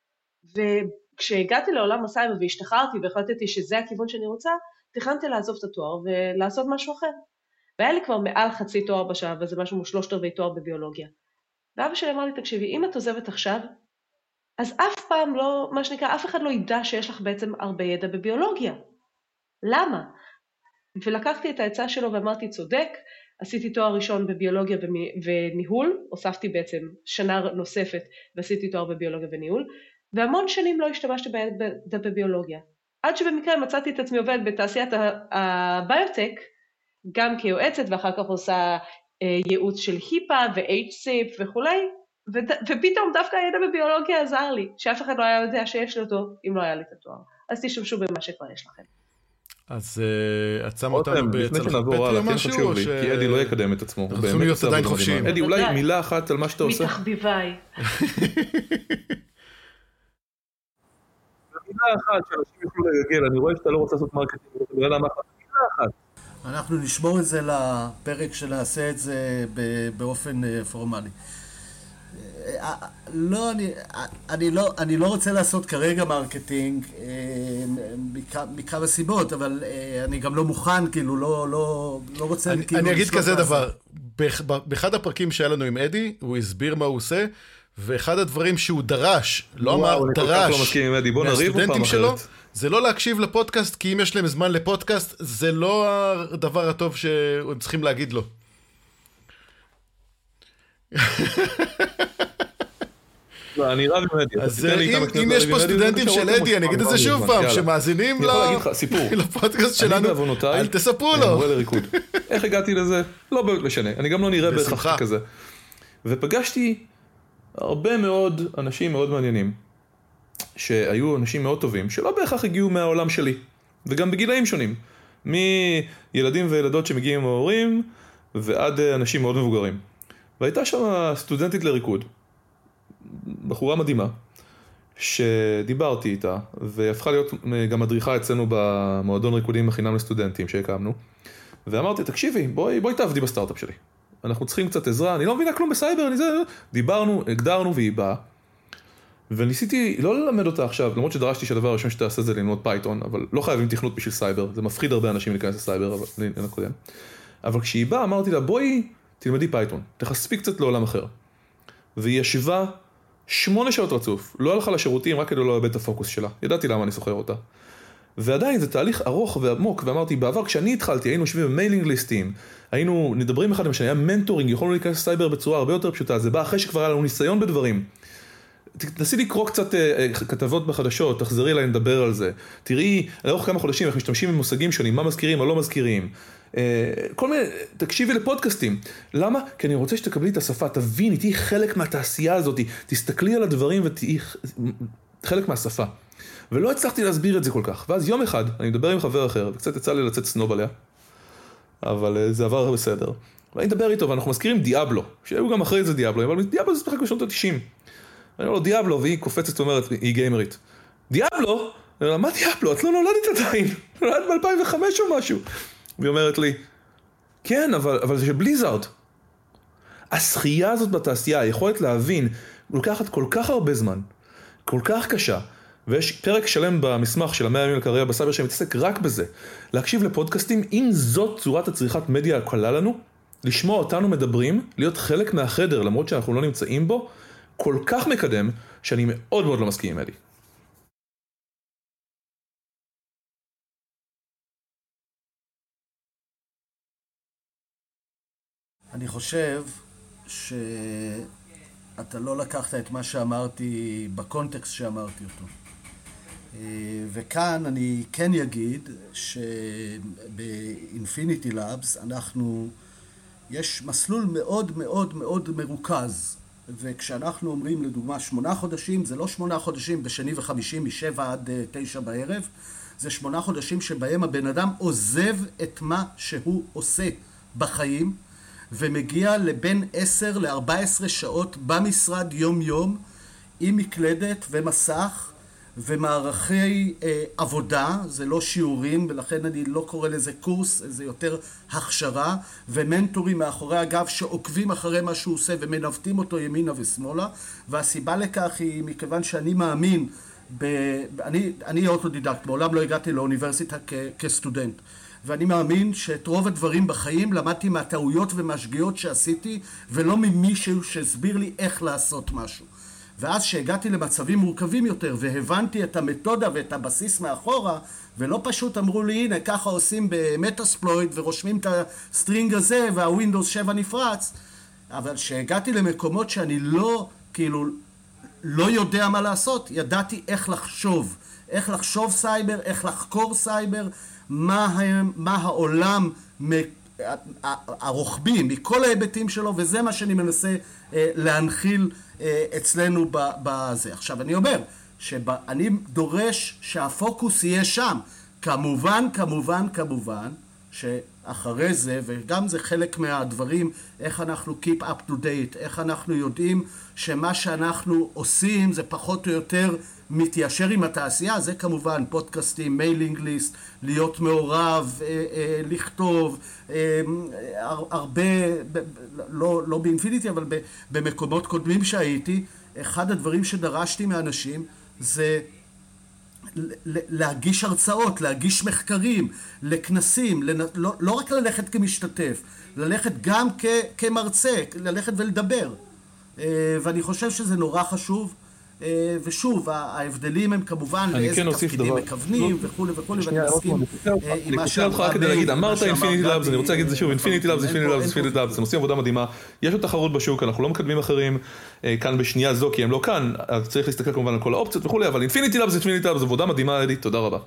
וכשהגעתי לעולם הסייבר והשתחררתי והחלטתי שזה הכיוון שאני רוצה, תכננתי לעזוב את התואר ולעשות משהו אחר. והיה לי כבר מעל חצי תואר בשעה, וזה משהו מ3/4 תואר בביולוגיה. ואבא שלי אמר לי, תקשיבי, אם את עוזבת עכשיו, אז אף פעם לא, מה שנקרא, אף אחד לא ידע שיש לך בעצם הרבה ידע בביולוגיה. למה? ולקחתי את העצה שלו ואמרתי, צודק, עשיתי תואר ראשון בביולוגיה וניהול, הוספתי בעצם שנה נוספת ועשיתי תואר בביולוגיה וניהול, והמון שנים לא השתמשתי בידע בביולוגיה. עד שבמקרה מצאתי את עצמי עובד בתעשיית הביוטק, גם כיועצת ואחר כך עושה ייעוץ של היפה ו-HSIP וכולי, ופתאום דווקא הידע בביולוגיה עזר לי, שאף אחד לא היה יודע שיש לי אותו אם לא היה לי את התואר. אז תשתמשו במה שכבר יש לכם. אז את שמה אותנו לפני שנעבור הלאה, כן חשוב לי, כי אדי לא יקדם את עצמו. אנחנו להיות עדיין חופשיים. אדי, אולי מילה אחת על מה שאתה עושה? מתחביביי. מילה אחת שאנשים יוכלו לגגל, אני רואה שאתה לא רוצה לעשות מרקטינג, מילה אחת. אנחנו נשמור את זה לפרק שנעשה את זה באופן פורמלי. לא, אני לא רוצה לעשות כרגע מרקטינג מכמה סיבות, אבל אני גם לא מוכן, כאילו, לא רוצה... אני אגיד כזה דבר, באחד הפרקים שהיה לנו עם אדי, הוא הסביר מה הוא עושה, ואחד הדברים שהוא דרש, לא אמר דרש, מהסטודנטים שלו, זה לא להקשיב לפודקאסט, כי אם יש להם זמן לפודקאסט, זה לא הדבר הטוב שהם צריכים להגיד לו. לא, אני רב עם אדי. אז אם יש פה סטודנטים של אדי, אני אגיד את זה שוב פעם, שמאזינים לפודקאסט שלנו, אל תספרו לו. איך הגעתי לזה? לא משנה, אני גם לא נראה בהכרח כזה. ופגשתי הרבה מאוד אנשים מאוד מעניינים, שהיו אנשים מאוד טובים, שלא בהכרח הגיעו מהעולם שלי, וגם בגילאים שונים, מילדים וילדות שמגיעים עם ההורים, ועד אנשים מאוד מבוגרים. והייתה שם סטודנטית לריקוד, בחורה מדהימה, שדיברתי איתה, והפכה להיות גם מדריכה אצלנו במועדון ריקודים החינם לסטודנטים שהקמנו, ואמרתי, תקשיבי, בואי תעבדי בסטארט-אפ שלי. אנחנו צריכים קצת עזרה, אני לא מבינה כלום בסייבר, דיברנו, הגדרנו והיא באה, וניסיתי לא ללמד אותה עכשיו, למרות שדרשתי שהדבר הראשון שתעשה זה ללמוד פייתון, אבל לא חייבים תכנות בשביל סייבר, זה מפחיד הרבה אנשים להיכנס לסייבר, אבל כשהיא באה אמרתי לה, בואי תלמדי פייתון, תחשפי קצת לעולם אחר. והיא ישבה 8 שעות רצוף, לא הלכה לשירותים רק כדי לא לאבד את הפוקוס שלה, ידעתי למה אני סוחר אותה. ועדיין זה תהליך ארוך ועמוק, ואמרתי, בעבר כשאני התחלתי, היינו יושבים במיילינג ליסטים, היינו נדברים אחד עם השני, היה מנטורינג, יכולנו להיכנס לסייבר בצורה הרבה יותר פשוטה, זה בא אחרי שכבר היה לנו ניסיון בדברים. תנסי לקרוא קצת כתבות בחדשות, תחזרי אליי לדבר על זה, תראי, לאורך כמה חודשים אנחנו משתמשים במושגים שונים, מה מזכירים, מה לא מזכירים, כל מיני, תקשיבי לפודקאסטים. למה? כי אני רוצה שתקבלי את השפה, תביני, תהי חלק מהתעשייה הזאת, תסתכלי על הדברים ותהי חלק מהשפה. ולא הצלחתי להסביר את זה כל כך. ואז יום אחד, אני מדבר עם חבר אחר, וקצת יצא לי לצאת סנוב עליה, אבל זה עבר בסדר. ואני מדבר איתו, ואנחנו מזכירים דיאבלו, שהיו גם אחרי זה דיאבלו, אבל דיאבלו זה משחק בשנות ה-90. אני אומר לו, דיאבלו, והיא קופצת ואומרת, היא גיימרית. דיאבלו? אני אומר, מה דיאבלו? את לא נולדת עדיין. נולדת ב-2005 או משהו. והיא אומרת לי, כן, אבל זה בליזארד. השחייה הזאת בתעשייה, היכולת להבין, לוקחת כל כך הרבה זמן, כל כך קשה, ויש פרק שלם במסמך של 100 ימים לקריירה בסייבר שמתעסק רק בזה, להקשיב לפודקאסטים, אם זאת צורת הצריכת מדיה הקלה לנו, לשמוע אותנו מדברים, להיות חלק מהחדר, למרות שאנחנו לא נמצאים בו, כל כך מקדם, שאני מאוד מאוד לא מסכים עם אדי. אני חושב שאתה לא לקחת את מה שאמרתי בקונטקסט שאמרתי אותו. וכאן אני כן אגיד שבאינפיניטי לאבס יש מסלול מאוד מאוד מאוד מרוכז, וכשאנחנו אומרים לדוגמה 8 חודשים, זה לא 8 חודשים בשני וחמישי מ7 עד 9 בערב, זה 8 חודשים שבהם הבן אדם עוזב את מה שהוא עושה בחיים, ומגיע לבין 10 ל-14 שעות במשרד יום יום, עם מקלדת ומסך ומערכי עבודה, זה לא שיעורים, ולכן אני לא קורא לזה קורס, זה יותר הכשרה, ומנטורים מאחורי הגב שעוקבים אחרי מה שהוא עושה ומנווטים אותו ימינה ושמאלה, והסיבה לכך היא מכיוון שאני מאמין, אני אוטודידקט, מעולם לא הגעתי לאוניברסיטה כסטודנט, ואני מאמין שאת רוב הדברים בחיים למדתי מהטעויות ומהשגיאות שעשיתי, ולא ממישהו שהסביר לי איך לעשות משהו. ואז שהגעתי למצבים מורכבים יותר, והבנתי את המתודה ואת הבסיס מאחורה, ולא פשוט אמרו לי, הנה, ככה עושים במטאספלויט, ורושמים את הסטרינג הזה, והווינדוס 7 נפרץ, אבל שהגעתי למקומות שאני לא יודע מה לעשות, ידעתי איך לחשוב סייבר, איך לחקור סייבר, מה העולם הרוחבי מכל ההיבטים שלו, וזה מה שאני מנסה להנחיל אצלנו בזה. עכשיו אני אומר שאני דורש שהפוקוס יהיה שם, כמובן שאחרי זה, וגם זה חלק מהדברים, איך אנחנו keep up to date, איך אנחנו יודעים שמה שאנחנו עושים זה פחות או יותר מתיישר עם התעשייה, זה כמובן פודקאסטים, מיילינג ליסט, להיות מעורב, לכתוב, הרבה, לא באינפיניטי, אבל במקומות קודמים שהייתי, אחד הדברים שדרשתי מאנשים זה להגיש הרצאות, להגיש מחקרים, לכנסים, לא רק ללכת כמשתתף, ללכת גם כמרצה, ללכת ולדבר. ואני חושב שזה נורא חשוב, ושוב, ההבדלים הם כמובן לאיזה תפקידים מכוונים וכו' וכו', ואני מסכים עם מה שאמרה. כדי להגיד, אמרת אינפיניטי לאבס, אני רוצה להגיד את זה שוב, אינפיניטי לאבס, הם עושים עבודה מדהימה, יש עוד תחרות בשוק, אנחנו לא מקדמים אחרים כאן בשנייה זו, כי הם לא כאן, אז צריך להסתכל כמובן על כל האופציות וכו', אבל אינפיניטי לאבס, עבודה מדהימה, אדי, תודה רבה.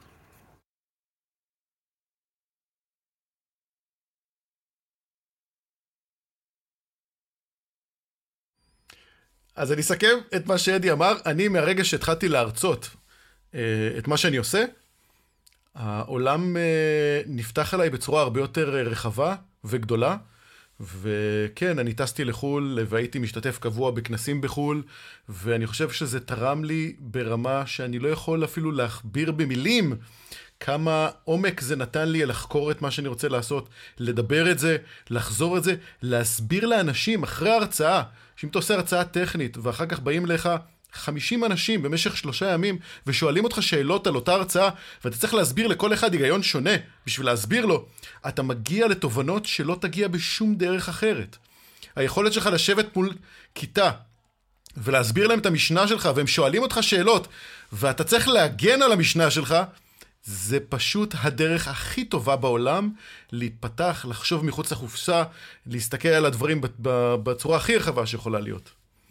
אז אני אסכם את מה שאדי אמר. אני מהרגע שהתחלתי להרצות את מה שאני עושה, העולם נפתח עליי בצורה הרבה יותר רחבה וגדולה, וכן, אני טסתי לחול והייתי משתתף קבוע בכנסים בחול, ואני חושב שזה תרם לי ברמה שאני לא יכול אפילו להכביר במילים כמה עומק זה נתן לי לחקור את מה שאני רוצה לעשות, לדבר את זה, לחזור את זה, להסביר לאנשים אחרי ההרצאה, שאם אתה עושה הרצאה טכנית ואחר כך באים לך 50 אנשים במשך 3 ימים ושואלים אותך שאלות על אותה הרצאה, ואתה צריך להסביר לכל אחד היגיון שונה בשביל להסביר לו, אתה מגיע לתובנות שלא תגיע בשום דרך אחרת. היכולת שלך לשבת מול כיתה ולהסביר להם את המשנה שלך, והם שואלים אותך שאלות ואתה צריך להגן על המשנה שלך, זה פשוט הדרך הכי טובה בעולם להתפתח, לחשוב מחוץ לחופשה, להסתכל על הדברים בצורה הכי רחבה שיכולה להיות.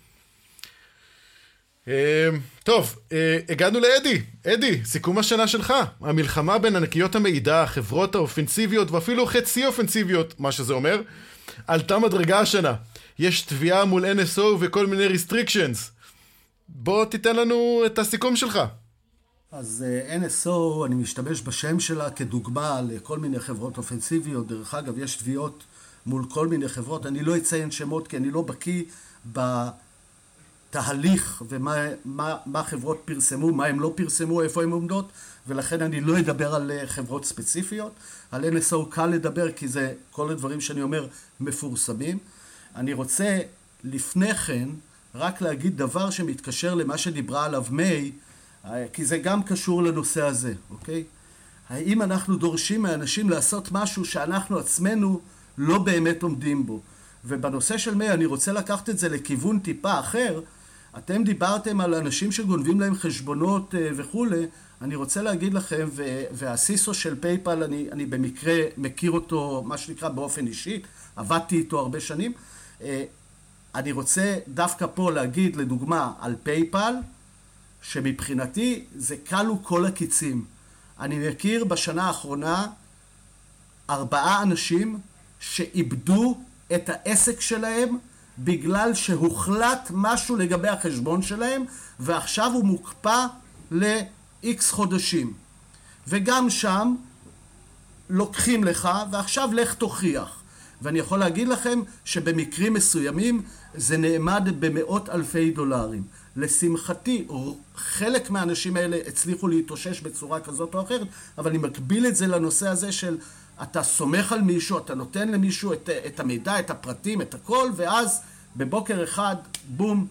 טוב, הגענו לאדי. אדי, סיכום השנה שלך. המלחמה בין ענקיות המידע, החברות האופנסיביות ואפילו חצי אופנסיביות, מה שזה אומר, עלתה מדרגה השנה. יש תביעה מול NSO וכל מיני restrictions. בוא תיתן לנו את הסיכום שלך. אז NSO, אני משתמש בשם שלה כדוגמה לכל מיני חברות אופנסיביות. דרך אגב, יש תביעות מול כל מיני חברות. אני לא אציין שמות כי אני לא בקיא בתהליך ומה חברות פרסמו, מה הם לא פרסמו, איפה הם עומדות, ולכן אני לא אדבר על חברות ספציפיות. על NSO קל לדבר כי זה כל הדברים שאני אומר מפורסמים. אני רוצה לפני כן רק להגיד דבר שמתקשר למה שדיברה עליו מיי, כי זה גם קשור לנושא הזה, אוקיי? האם אנחנו דורשים מאנשים לעשות משהו שאנחנו עצמנו לא באמת עומדים בו? ובנושא של מיי אני רוצה לקחת את זה לכיוון טיפה אחר. אתם דיברתם על אנשים שגונבים להם חשבונות וכו'. אני רוצה להגיד לכם, והסיסו של פייפל, אני במקרה מכיר אותו, מה שנקרא באופן אישי, עבדתי איתו הרבה שנים. אני רוצה דווקא פה להגיד לדוגמה על פייפל, שמבחינתי זה קלו כל הקיצים. אני מכיר בשנה האחרונה 4 אנשים שאיבדו את העסק שלהם בגלל שהוחלט משהו לגבי החשבון שלהם, ועכשיו הוא מוקפא ל-X חודשים. וגם שם לוקחים לך, ועכשיו לך תוכיח. ואני יכול להגיד לכם שבמקרים מסוימים זה נאמד במאות אלפי דולרים. לשמחתי, חלק מהאנשים האלה הצליחו להתאושש בצורה כזאת או אחרת, אבל אני מקביל את זה לנושא הזה של אתה סומך על מישהו, אתה נותן למישהו את המידע, את הפרטים, את הכל, ואז בבוקר אחד, בום,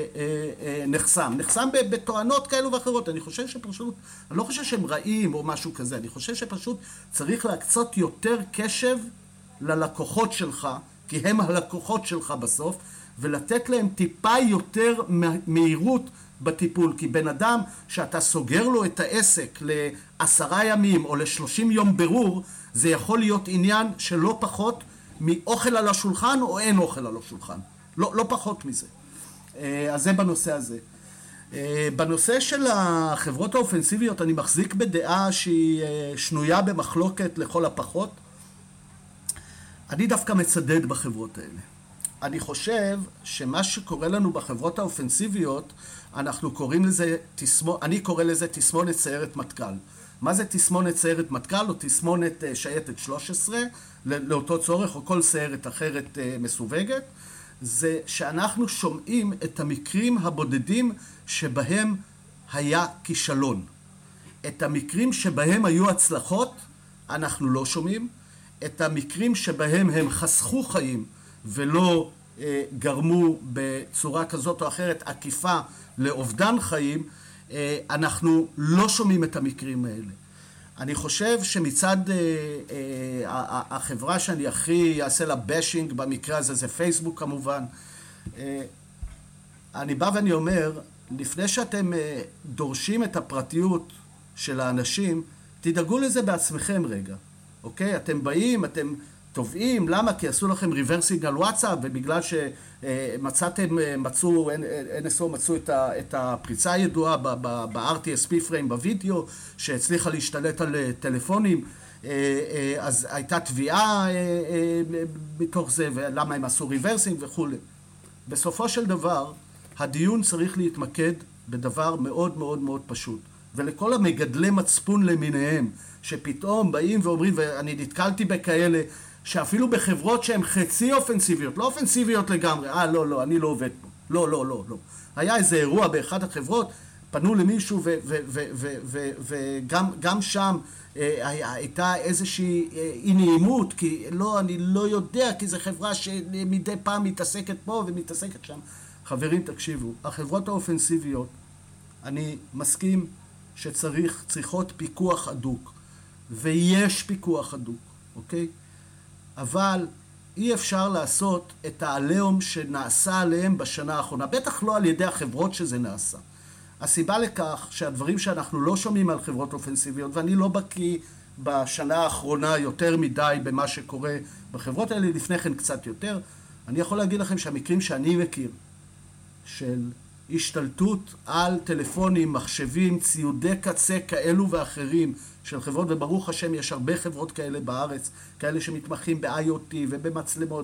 נחסם בתואנות כאלו ואחרות. אני חושב שפשוט, אני לא חושב שהם רעים או משהו כזה, אני חושב שפשוט צריך להקצות יותר קשב ללקוחות שלך, כי הם הלקוחות שלך בסוף, ולתת להם טיפה יותר מהירות בטיפול. כי בן אדם שאתה סוגר לו את העסק ל10 ימים או ל30 יום ברור, זה יכול להיות עניין שלא פחות מאוכל על השולחן או אין אוכל על השולחן. לא פחות מזה. אז זה בנושא הזה. בנושא של החברות האופנסיביות אני מחזיק בדעה שהיא שנויה במחלוקת לכל הפחות. אני דווקא מצדד בחברות האלה. אני חושב שמה שקורה לנו בחברות האופנסיביות, אני קורא לזה תסמונת סיירת מטכ"ל. מה זה תסמונת סיירת מטכ"ל או תסמונת שייטת 13 לאותו צורך או כל סיירת אחרת מסווגת? זה שאנחנו שומעים את המקרים הבודדים שבהם היה כישלון. את המקרים שבהם היו הצלחות אנחנו לא שומעים. את המקרים שבהם הם חסכו חיים ולא גרמו בצורה כזאת או אחרת עקיפה לאובדן חיים, אנחנו לא שומעים את המקרים האלה. אני חושב שמצד החברה שאני הכי אעשה לה בשינג במקרה הזה זה פייסבוק כמובן. אני בא ואני אומר, לפני שאתם דורשים את הפרטיות של האנשים, תדאגו לזה בעצמכם רגע. אוקיי? אתם באים, אתם תובעים, למה? כי עשו לכם ריברסינג על וואטסאפ, ובגלל NSO מצאו את הפריצה הידועה ב-RTSP פריים בווידאו, שהצליחה להשתלט על טלפונים, אז הייתה תביעה מתוך זה, ולמה הם עשו ריברסינג וכו'. בסופו של דבר, הדיון צריך להתמקד בדבר מאוד מאוד מאוד פשוט. ולכל המגדלי מצפון למיניהם, שפתאום באים ואומרים, ואני נתקלתי בכאלה, שאפילו בחברות שהן חצי אופנסיביות, לא אופנסיביות לגמרי, לא, אני לא עובד פה, לא. היה איזה אירוע באחת החברות, פנו למישהו וגם שם הייתה איזושהי אי נעימות, כי אני לא יודע, כי זו חברה שמדי פעם מתעסקת פה ומתעסקת שם. חברים, תקשיבו, החברות האופנסיביות, אני מסכים שצריכות פיקוח הדוק, ויש פיקוח הדוק, אוקיי? אבל אי אפשר לעשות את העליהום שנעשה עליהם בשנה האחרונה, בטח לא על ידי החברות שזה נעשה. הסיבה לכך שהדברים שאנחנו לא שומעים על חברות אופנסיביות, ואני לא בקיא בשנה האחרונה יותר מדי במה שקורה בחברות האלה, לפני כן קצת יותר, אני יכול להגיד לכם שהמקרים שאני מכיר של השתלטות על טלפונים, מחשבים, ציודי קצה כאלו ואחרים של חברות, וברוך השם יש הרבה חברות כאלה בארץ, כאלה שמתמחים ב-IoT ובמצלמות,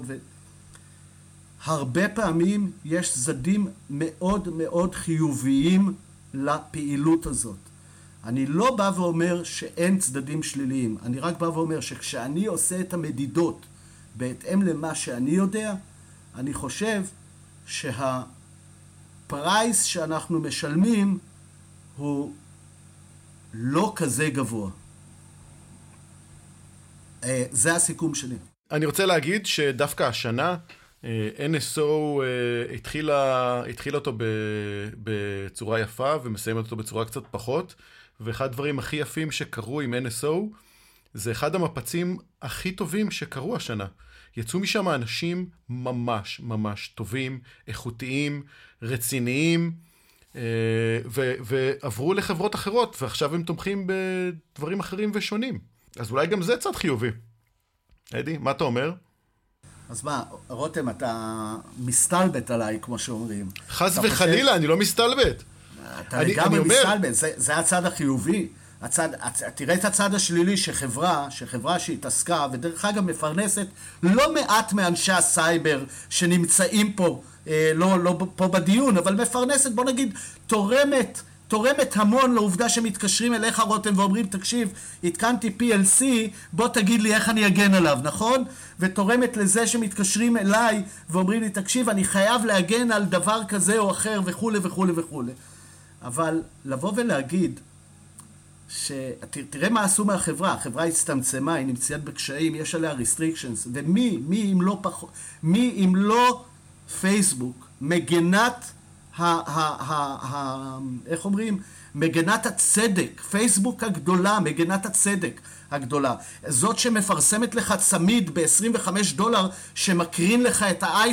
הרבה פעמים יש צדדים מאוד מאוד חיוביים לפעילות הזאת. אני לא בא ואומר שאין צדדים שליליים, אני רק בא ואומר שכשאני עושה את המדידות בהתאם למה שאני יודע, אני חושב שהפרייס שאנחנו משלמים הוא לא כזה גבוה. זה הסיכום שלי. אני רוצה להגיד שדווקא השנה NSO התחילה אותו בצורה יפה ומסיימת אותו בצורה קצת פחות, ואחד הדברים הכי יפים שקרו עם NSO זה אחד המפצים הכי טובים שקרו השנה. יצאו משם אנשים ממש ממש טובים, איכותיים, רציניים, ועברו לחברות אחרות, ועכשיו הם תומכים בדברים אחרים ושונים. אז אולי גם זה צד חיובי. אדי, מה אתה אומר? אז מה, רותם, אתה מסתלבט עליי, כמו שאומרים. חס וחלילה, אני לא מסתלבט. אתה לגמרי מסתלבט, זה הצד החיובי. תראה את הצד השלילי שחברה שהתעסקה, ודרך אגב מפרנסת לא מעט מאנשי הסייבר שנמצאים פה, לא פה בדיון, אבל מפרנסת, בוא נגיד, תורמת המון לעובדה שמתקשרים אליך רותם ואומרים, תקשיב, התקנתי PLC, בוא תגיד לי איך אני אגן עליו, נכון? ותורמת לזה שמתקשרים אליי ואומרים לי, תקשיב, אני חייב להגן על דבר כזה או אחר וכו' וכו' וכו'. אבל לבוא ולהגיד, תראה מה עשו מהחברה, החברה הצטמצמה, היא נמצאת בקשיים, יש עליה restrictions, ומי אם לא פייסבוק, מגנת איך אומרים? מגנת הצדק, פייסבוק הגדולה, מגנת הצדק הגדולה. זאת שמפרסמת לך צמיד $25 שמקרין לך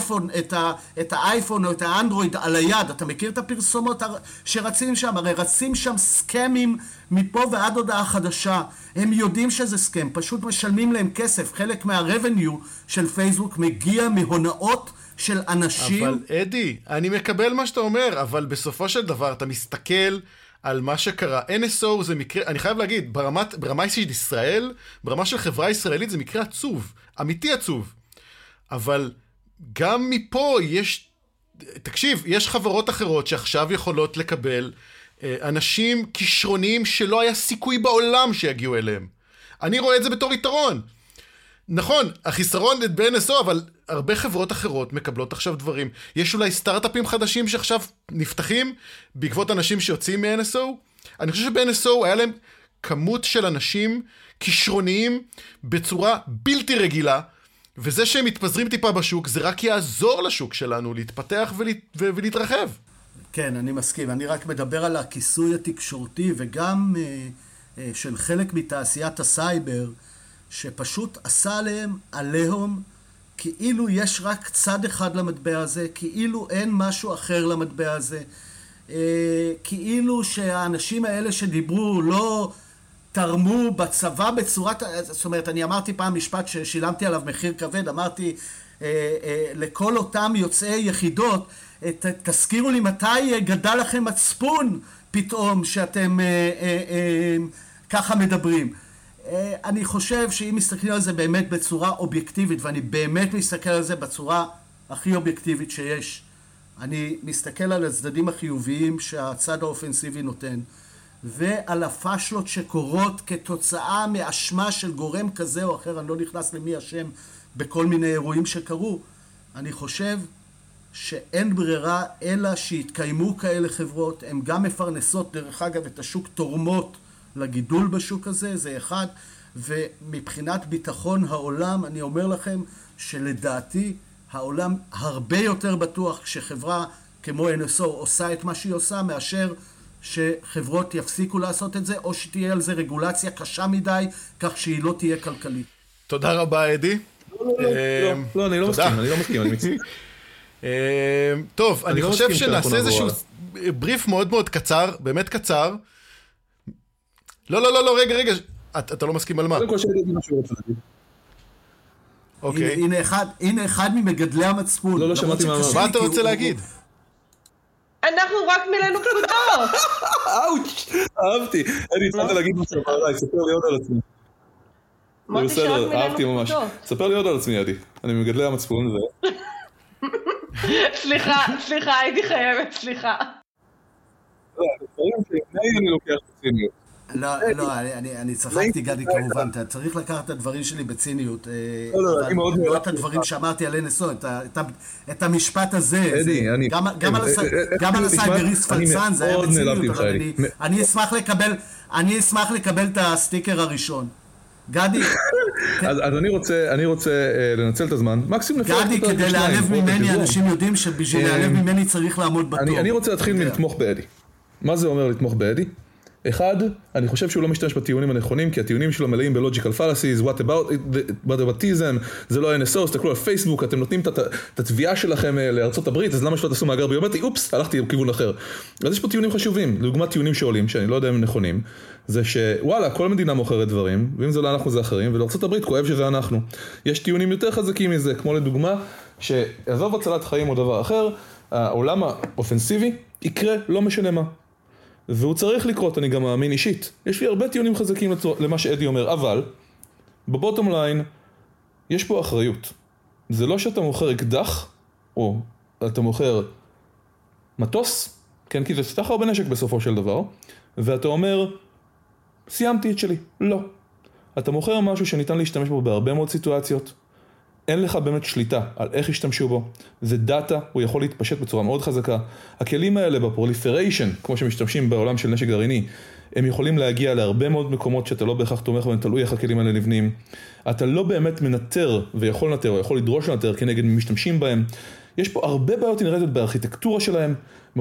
את האייפון או את האנדרואיד על היד. אתה מכיר את הפרסומות שרצים שם? הרי רצים שם סקמים מפה ועד הודעה חדשה. הם יודעים שזה סקם, פשוט משלמים להם כסף. חלק מהרבניו של פייסבוק מגיע מהונאות של אנשים. אבל אדי, אני מקבל מה שאתה אומר, אבל בסופו של דבר אתה מסתכל על מה שקרה. NSO זה מקרה, אני חייב להגיד, ברמה אישית ישראל, ברמה של חברה ישראלית זה מקרה עצוב, אמיתי עצוב. אבל גם מפה תקשיב, יש חברות אחרות שעכשיו יכולות לקבל אנשים כישרוניים שלא היה סיכוי בעולם שיגיעו אליהם. אני רואה את זה בתור יתרון. נכון, החיסרון ב-NSO, אבל הרבה חברות אחרות מקבלות עכשיו דברים. יש אולי סטארט-אפים חדשים שעכשיו נפתחים בעקבות אנשים שיוצאים מ-NSO. אני חושב שב-NSO היה להם כמות של אנשים כישרוניים בצורה בלתי רגילה, וזה שהם מתפזרים טיפה בשוק, זה רק יעזור לשוק שלנו להתפתח ולהתרחב. כן, אני מסכים. אני רק מדבר על הכיסוי התקשורתי, וגם של חלק מתעשיית הסייבר, שפשוט עשה עליהם עליהם, כאילו יש רק צד אחד למטבע הזה, כאילו אין משהו אחר למטבע הזה, כאילו שהאנשים האלה שדיברו לא תרמו בצבא בצורת, זאת אומרת, אני אמרתי פעם משפט ששילמתי עליו מחיר כבד, אמרתי לכל אותם יוצאי יחידות, תזכירו לי מתי גדל לכם מצפון פתאום שאתם ככה מדברים. אני חושב שאם מסתכלים על זה באמת בצורה אובייקטיבית, ואני באמת מסתכל על זה בצורה הכי אובייקטיבית שיש, אני מסתכל על הצדדים החיוביים שהצד האופנסיבי נותן, ועל הפשלות שקורות כתוצאה מאשמה של גורם כזה או אחר, אני לא נכנס למי אשם בכל מיני אירועים שקרו, אני חושב שאין ברירה אלא שיתקיימו כאלה חברות, הן גם מפרנסות דרך אגב את השוק, תורמות לגידול בשוק הזה, זה אחד, ומבחינת ביטחון העולם, אני אומר לכם שלדעתי העולם הרבה יותר בטוח כשחברה כמו NSO עושה את מה שהיא עושה, מאשר שחברות יפסיקו לעשות את זה, או שתהיה על זה רגולציה קשה מדי, כך שהיא לא תהיה כלכלית. תודה רבה, אדי. לא, אני לא מסכים, אני מצטער. טוב, אני חושב שנעשה איזשהו בריף מאוד מאוד קצר, באמת קצר. לא, רגע, אתה לא מסכים על מה? קודם כל שאני אגיד משהו רוצה להגיד. אוקיי. הנה אחד ממגדלי המצפון. לא שמעתי מה אתה רוצה להגיד? אנחנו רק מילאנו פקודות. אאוץ', אהבתי. אני התחלתי להגיד משהו, ספר לי עוד על עצמי. אמרתי שרק מילאנו פקודות. ספר לי עוד על עצמי, עדי. אני מגדלי המצפון ו... סליחה, הייתי חייבת, סליחה. לא, דברים שלפני אני לוקח את הציניות. לא, אני צחקתי גדי כמובן, אתה צריך לקחת את הדברים שלי בציניות, לא את הדברים שאמרתי על NSO, את המשפט הזה, גם על הסייבריסט פלצן, זה היה בציניות, אבל אני אשמח לקבל את הסטיקר הראשון. גדי. אז אני רוצה לנצל את הזמן, מקסימום לפרק גדי, כדי להיעלב ממני, אנשים יודעים שבשביל להיעלב ממני צריך לעמוד בתור. אני רוצה להתחיל מלתמוך באדי. מה זה אומר לתמוך באדי? אחד, אני חושב שהוא לא משתמש בטיעונים הנכונים, כי הטיעונים שלו מלאים ב-logical fallacies, what aboutism, זה לא NSO, תסתכלו על פייסבוק, אתם נותנים את התביעה שלכם לארצות הברית, אז למה שלא תעשו מאגר ביומטרי? אופס, הלכתי בכיוון אחר. אז יש פה טיעונים חשובים, לדוגמת טיעונים שעולים, שאני לא יודע אם הם נכונים, זה שוואלה, כל מדינה מוכרת דברים, ואם זה לא אנחנו זה אחרים, ולארצות הברית כואב שזה אנחנו. יש טיעונים יותר חזקים מזה, כמו לדוגמה, שעזוב הצלת חיים או דבר אחר, העולם האופנסיבי יקרה לא משנה מה. והוא צריך לקרות, אני גם מאמין אישית. יש לי הרבה טיעונים חזקים למה שאדי אומר, אבל בבוטום ליין יש פה אחריות. זה לא שאתה מוכר אקדח, או אתה מוכר מטוס, כן, כי זה סתך הרבה נשק בסופו של דבר, ואתה אומר, סיימתי את שלי. לא. אתה מוכר משהו שניתן להשתמש בו בהרבה מאוד סיטואציות, אין לך באמת שליטה על איך ישתמשו בו. זה דאטה, הוא יכול להתפשט בצורה מאוד חזקה. הכלים האלה בפרוליפריישן, כמו שמשתמשים בעולם של נשק גרעיני, הם יכולים להגיע להרבה מאוד מקומות שאתה לא בהכרח תומך בהם, תלוי איך הכלים האלה נבנים. אתה לא באמת מנטר ויכול לנטר, או יכול לדרוש לנטר כנגד משתמשים בהם. יש פה הרבה בעיות אינהרנטיות בארכיטקטורה שלהם,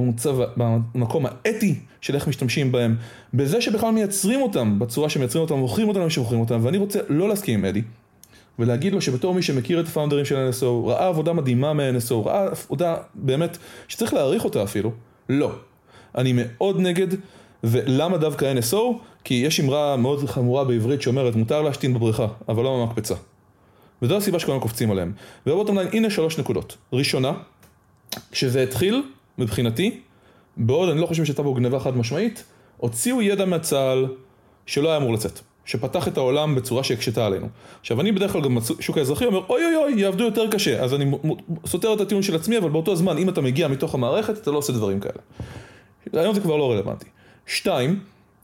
במקום האתי של איך משתמשים בהם, בזה שבכלל מייצרים אותם, בצורה שמייצרים אותם, מוכרים אותם שמוכרים אותם, ואני רוצה לא להסכים עם אדי. ולהגיד לו שבתור מי שמכיר את הפאונדרים של NSO, ראה עבודה מדהימה מ-NSO, ראה עבודה באמת שצריך להעריך אותה אפילו. לא. אני מאוד נגד, ולמה דווקא NSO? כי יש אמרה מאוד חמורה בעברית שאומרת, מותר להשתין בבריכה, אבל לא במקפצה. וזו הסיבה שכולנו קופצים עליהם. ובוטום ליין, הנה 3 נקודות. ראשונה, כשזה התחיל, מבחינתי, בעוד אני לא חושב שהייתה בו גניבה חד משמעית, הוציאו ידע מהצהל שלא היה אמור לצאת. שפתח את העולם בצורה שהקשתה עלינו. עכשיו, אני בדרך כלל גם שוק האזרחי אומר, אוי אוי אוי, יעבדו יותר קשה. אז אני סותר את הטיעון של עצמי, אבל באותו זמן, אם אתה מגיע מתוך המערכת, אתה לא עושה דברים כאלה. היום זה כבר לא רלוונטי. 2,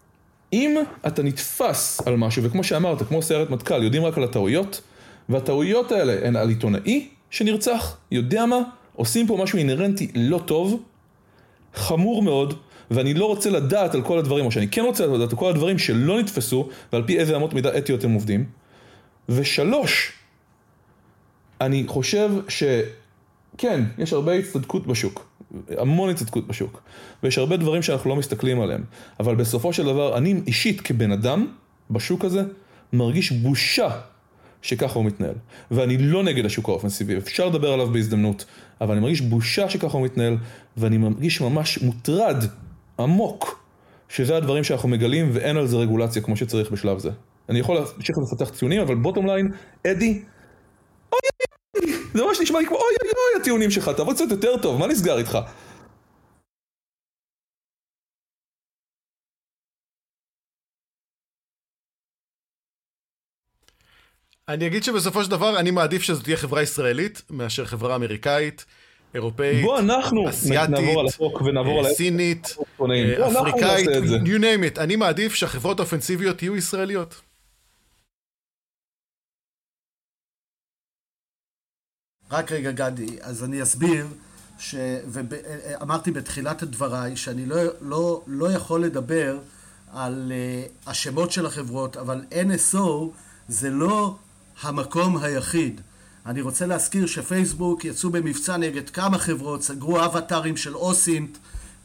אם אתה נתפס על משהו, וכמו שאמרת, כמו סיירת מטכ"ל, יודעים רק על הטעויות, והטעויות האלה הן על עיתונאי שנרצח, יודע מה, עושים פה משהו אינהרנטי לא טוב, חמור מאוד, ואני לא רוצה לדעת על כל הדברים, או שאני כן רוצה לדעת על כל הדברים שלא נתפסו, ועל פי איזה אמות מידה אתיות הם עובדים. 3, אני חושב שכן, יש הרבה הצטדקות בשוק, המון הצטדקות בשוק, ויש הרבה דברים שאנחנו לא מסתכלים עליהם, אבל בסופו של דבר, אני אישית כבן אדם, בשוק הזה, מרגיש בושה שככה הוא מתנהל. ואני לא נגד השוק האופנסיבי, אפשר לדבר עליו בהזדמנות, אבל אני מרגיש בושה שככה הוא מתנהל, ואני מרגיש ממש מוטרד, עמוק, שזה הדברים שאנחנו מגלים, ואין על זה רגולציה כמו שצריך בשלב זה. אני יכול להמשיך לפתח ציונים, אבל בוטום ליין, אדי, אוי אוי אוי, זה ממש נשמע לי כמו אוי אוי אוי הטיעונים שלך, תעבוד קצת יותר טוב, מה נסגר איתך? אני אגיד שבסופו של דבר אני מעדיף שזו תהיה חברה ישראלית מאשר חברה אמריקאית, אירופאית, בוא אנחנו נעבור על החוק ונעבור על סינית, אפריקאית, you name it. אני מעדיף שהחברות האופנסיביות יהיו ישראליות. רק רגע גדי, אז אני אסביר, ואמרתי בתחילת דבריי שאני לא יכול לדבר על השמות של החברות, אבל NSO זה לא המקום היחיד. אני רוצה להזכיר שפייסבוק יצאו במבצע נגד כמה חברות, סגרו אבטרים של אוסינט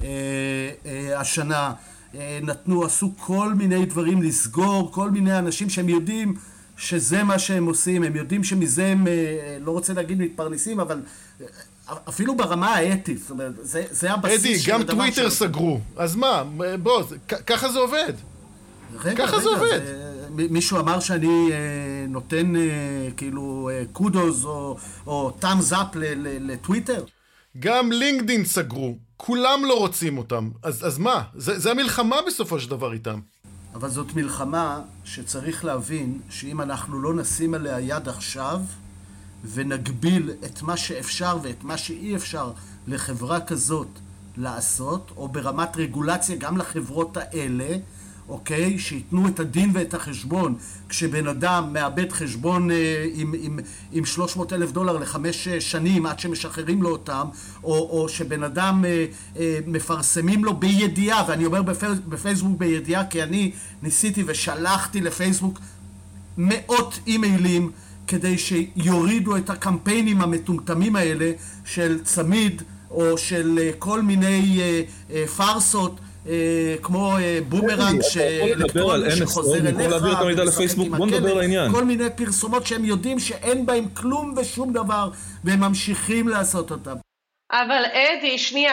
השנה, עשו כל מיני דברים לסגור, כל מיני אנשים שהם יודעים שזה מה שהם עושים, הם יודעים שמזה הם, לא רוצה להגיד מתפרנסים, אבל אפילו ברמה האתית, זאת אומרת, זה הבסיס אדי, של גם הדבר טוויטר סגרו, אז מה, בוא, ככה זה עובד. ככה זה עובד. מישהו אמר שאני נותן כאילו קודוז או thumbs up לטוויטר? גם לינקדין סגרו, כולם לא רוצים אותם, אז מה? זה המלחמה בסופו של דבר איתם. אבל זאת מלחמה שצריך להבין שאם אנחנו לא נשים עליה יד עכשיו ונגביל את מה שאפשר ואת מה שאי אפשר לחברה כזאת לעשות, או ברמת רגולציה גם לחברות האלה, אוקיי? שיתנו את הדין ואת החשבון. כשבן אדם מאבד חשבון עם $300,000 ל5 שנים עד שמשחררים לו אותם, או שבן אדם מפרסמים לו בידיעה, ואני אומר בפייסבוק בידיעה, כי אני ניסיתי ושלחתי לפייסבוק מאות אימיילים כדי שיורידו את הקמפיינים המטומטמים האלה של צמיד או של כל מיני פרסות כמו בומרנג אלקטרוני שחוזר אליך, בוא נדבר לעניין. כל מיני פרסומות שהם יודעים שאין בהם כלום ושום דבר והם ממשיכים לעשות אותם. אבל אדי, שנייה.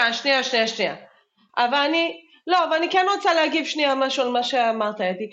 אבל אני כן רוצה להגיב שנייה משהו על מה שאמרת, אדי,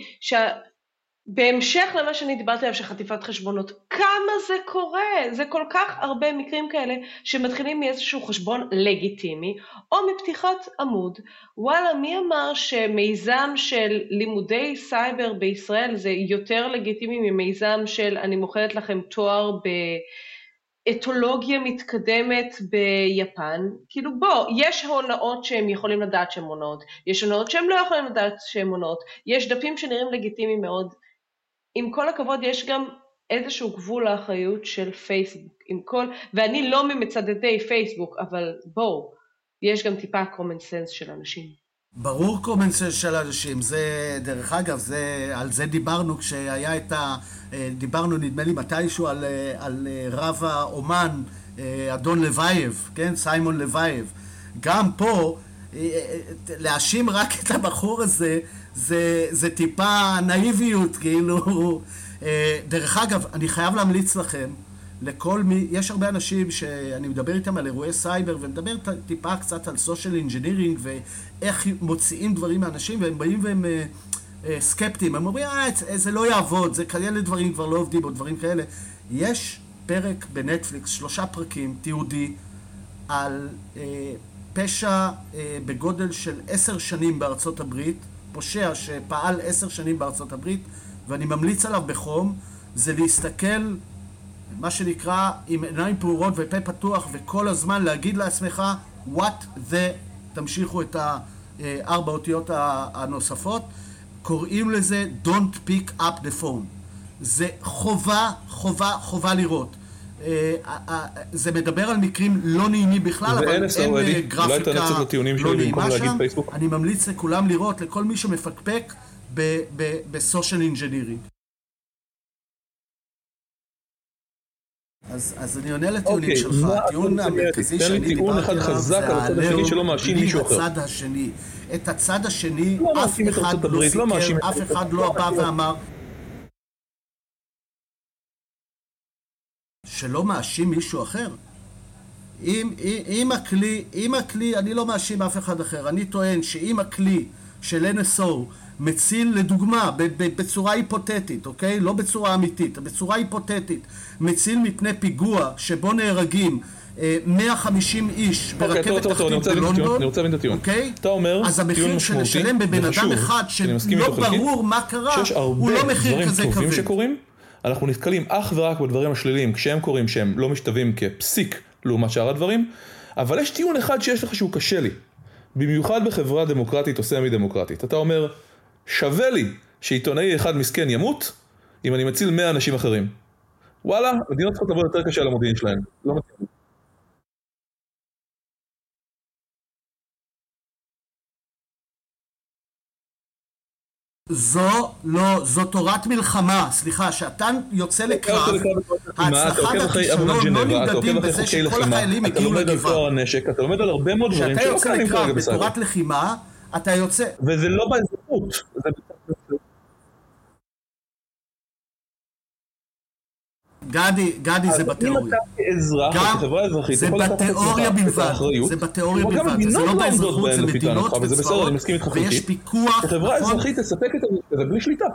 בהמשך למה שאני דיברתי עליו של חטיפת חשבונות, כמה זה קורה? זה כל כך הרבה מקרים כאלה שמתחילים מאיזשהו חשבון לגיטימי, או מפתיחת עמוד. וואלה, מי אמר שמיזם של לימודי סייבר בישראל זה יותר לגיטימי ממיזם של אני מוכרת לכם תואר באתולוגיה מתקדמת ביפן? כאילו בוא, יש הונאות שהם יכולים לדעת שהן הונאות, יש הונאות שהם לא יכולים לדעת שהן הונאות, יש דפים שנראים לגיטימיים מאוד. עם כל הכבוד יש גם איזשהו גבול לאחריות של פייסבוק, ואני לא ממצדדי פייסבוק, אבל בואו, יש גם טיפה common sense של אנשים. ברור common sense של אנשים, זה דרך אגב, על זה דיברנו כשהיה דיברנו נדמה לי מתישהו על רב האומן, אדון לוייב, כן, סיימון לוייב. גם פה, להאשים רק את הבחור הזה, זה טיפה נאיביות, כאילו. דרך אגב, אני חייב להמליץ לכם, יש הרבה אנשים שאני מדבר איתם על אירועי סייבר, ומדבר טיפה קצת על סושיאל אינג'ינירינג, ואיך מוציאים דברים מאנשים, והם באים והם סקפטיים, הם אומרים, זה לא יעבוד, זה כאלה דברים כבר לא עובדים, או דברים כאלה. יש פרק בנטפליקס, 3 פרקים, תיעודי, על פשע בגודל של 10 שנים בארצות הברית, פושע שפעל 10 שנים בארצות הברית, ואני ממליץ עליו בחום, זה להסתכל, מה שנקרא, עם עיניים פעורות ופה פתוח, וכל הזמן להגיד לעצמך, what the, תמשיכו את 4 אותיות הנוספות, קוראים לזה don't pick up the phone. זה חובה לראות. זה מדבר על מקרים לא נעימים בכלל, אבל אין גרפיקה לא נעימה שם. אני ממליץ לכולם לראות, לכל מי שמפקפק בסושיאל אינג'ינירינג. אז אני עונה לטיעונים שלך. הטיעון המרכזי שאני דיברתי עליו זה הצד השני. את הצד השני אף אחד לא סיקר, אף אחד לא בא ואמר שלא מאשים מישהו אחר. אם הכלי, אני לא מאשים אף אחד אחר. אני טוען שאם הכלי של NSO מציל, לדוגמה, בצורה היפותטית, אוקיי? לא בצורה אמיתית, בצורה היפותטית, מציל מפני פיגוע שבו נהרגים 150 איש ברכבת תחתית בלונדון, אוקיי? אז המחיר שנשלם בבן אדם אחד שלא ברור מה קרה, הוא לא מחיר כזה כבד. אנחנו נתקלים אך ורק בדברים השליליים כשהם קוראים שהם לא משתווים כפסיק לעומת שאר הדברים, אבל יש טיעון אחד שיש לך שהוא קשה לי, במיוחד בחברה דמוקרטית או סמי דמוקרטית. אתה אומר, שווה לי שעיתונאי אחד מסכן ימות אם אני מציל 100 אנשים אחרים. וואלה, מדינות צריכות לבוא יותר קשה על המודיעין שלהם. לא מתאים. זו תורת מלחמה, סליחה, שאתה יוצא לקרב, ההצלחה והכישלון לא נמדדים בזה שכל החיילים הגיעו לגבעה. אתה לומד על הרבה מאוד דברים שאתה יוצא לקרב בתורת לחימה, אתה יוצא... וזה לא באזרחות, זה... גדי, זה בתיאוריה. זה בתיאוריה בלבד. זה בתיאוריה בלבד. זה לא באזרחות, זה מדינות וצבאות, ויש פיקוח. חברה אזרחית תספק את זה בלי שליטה.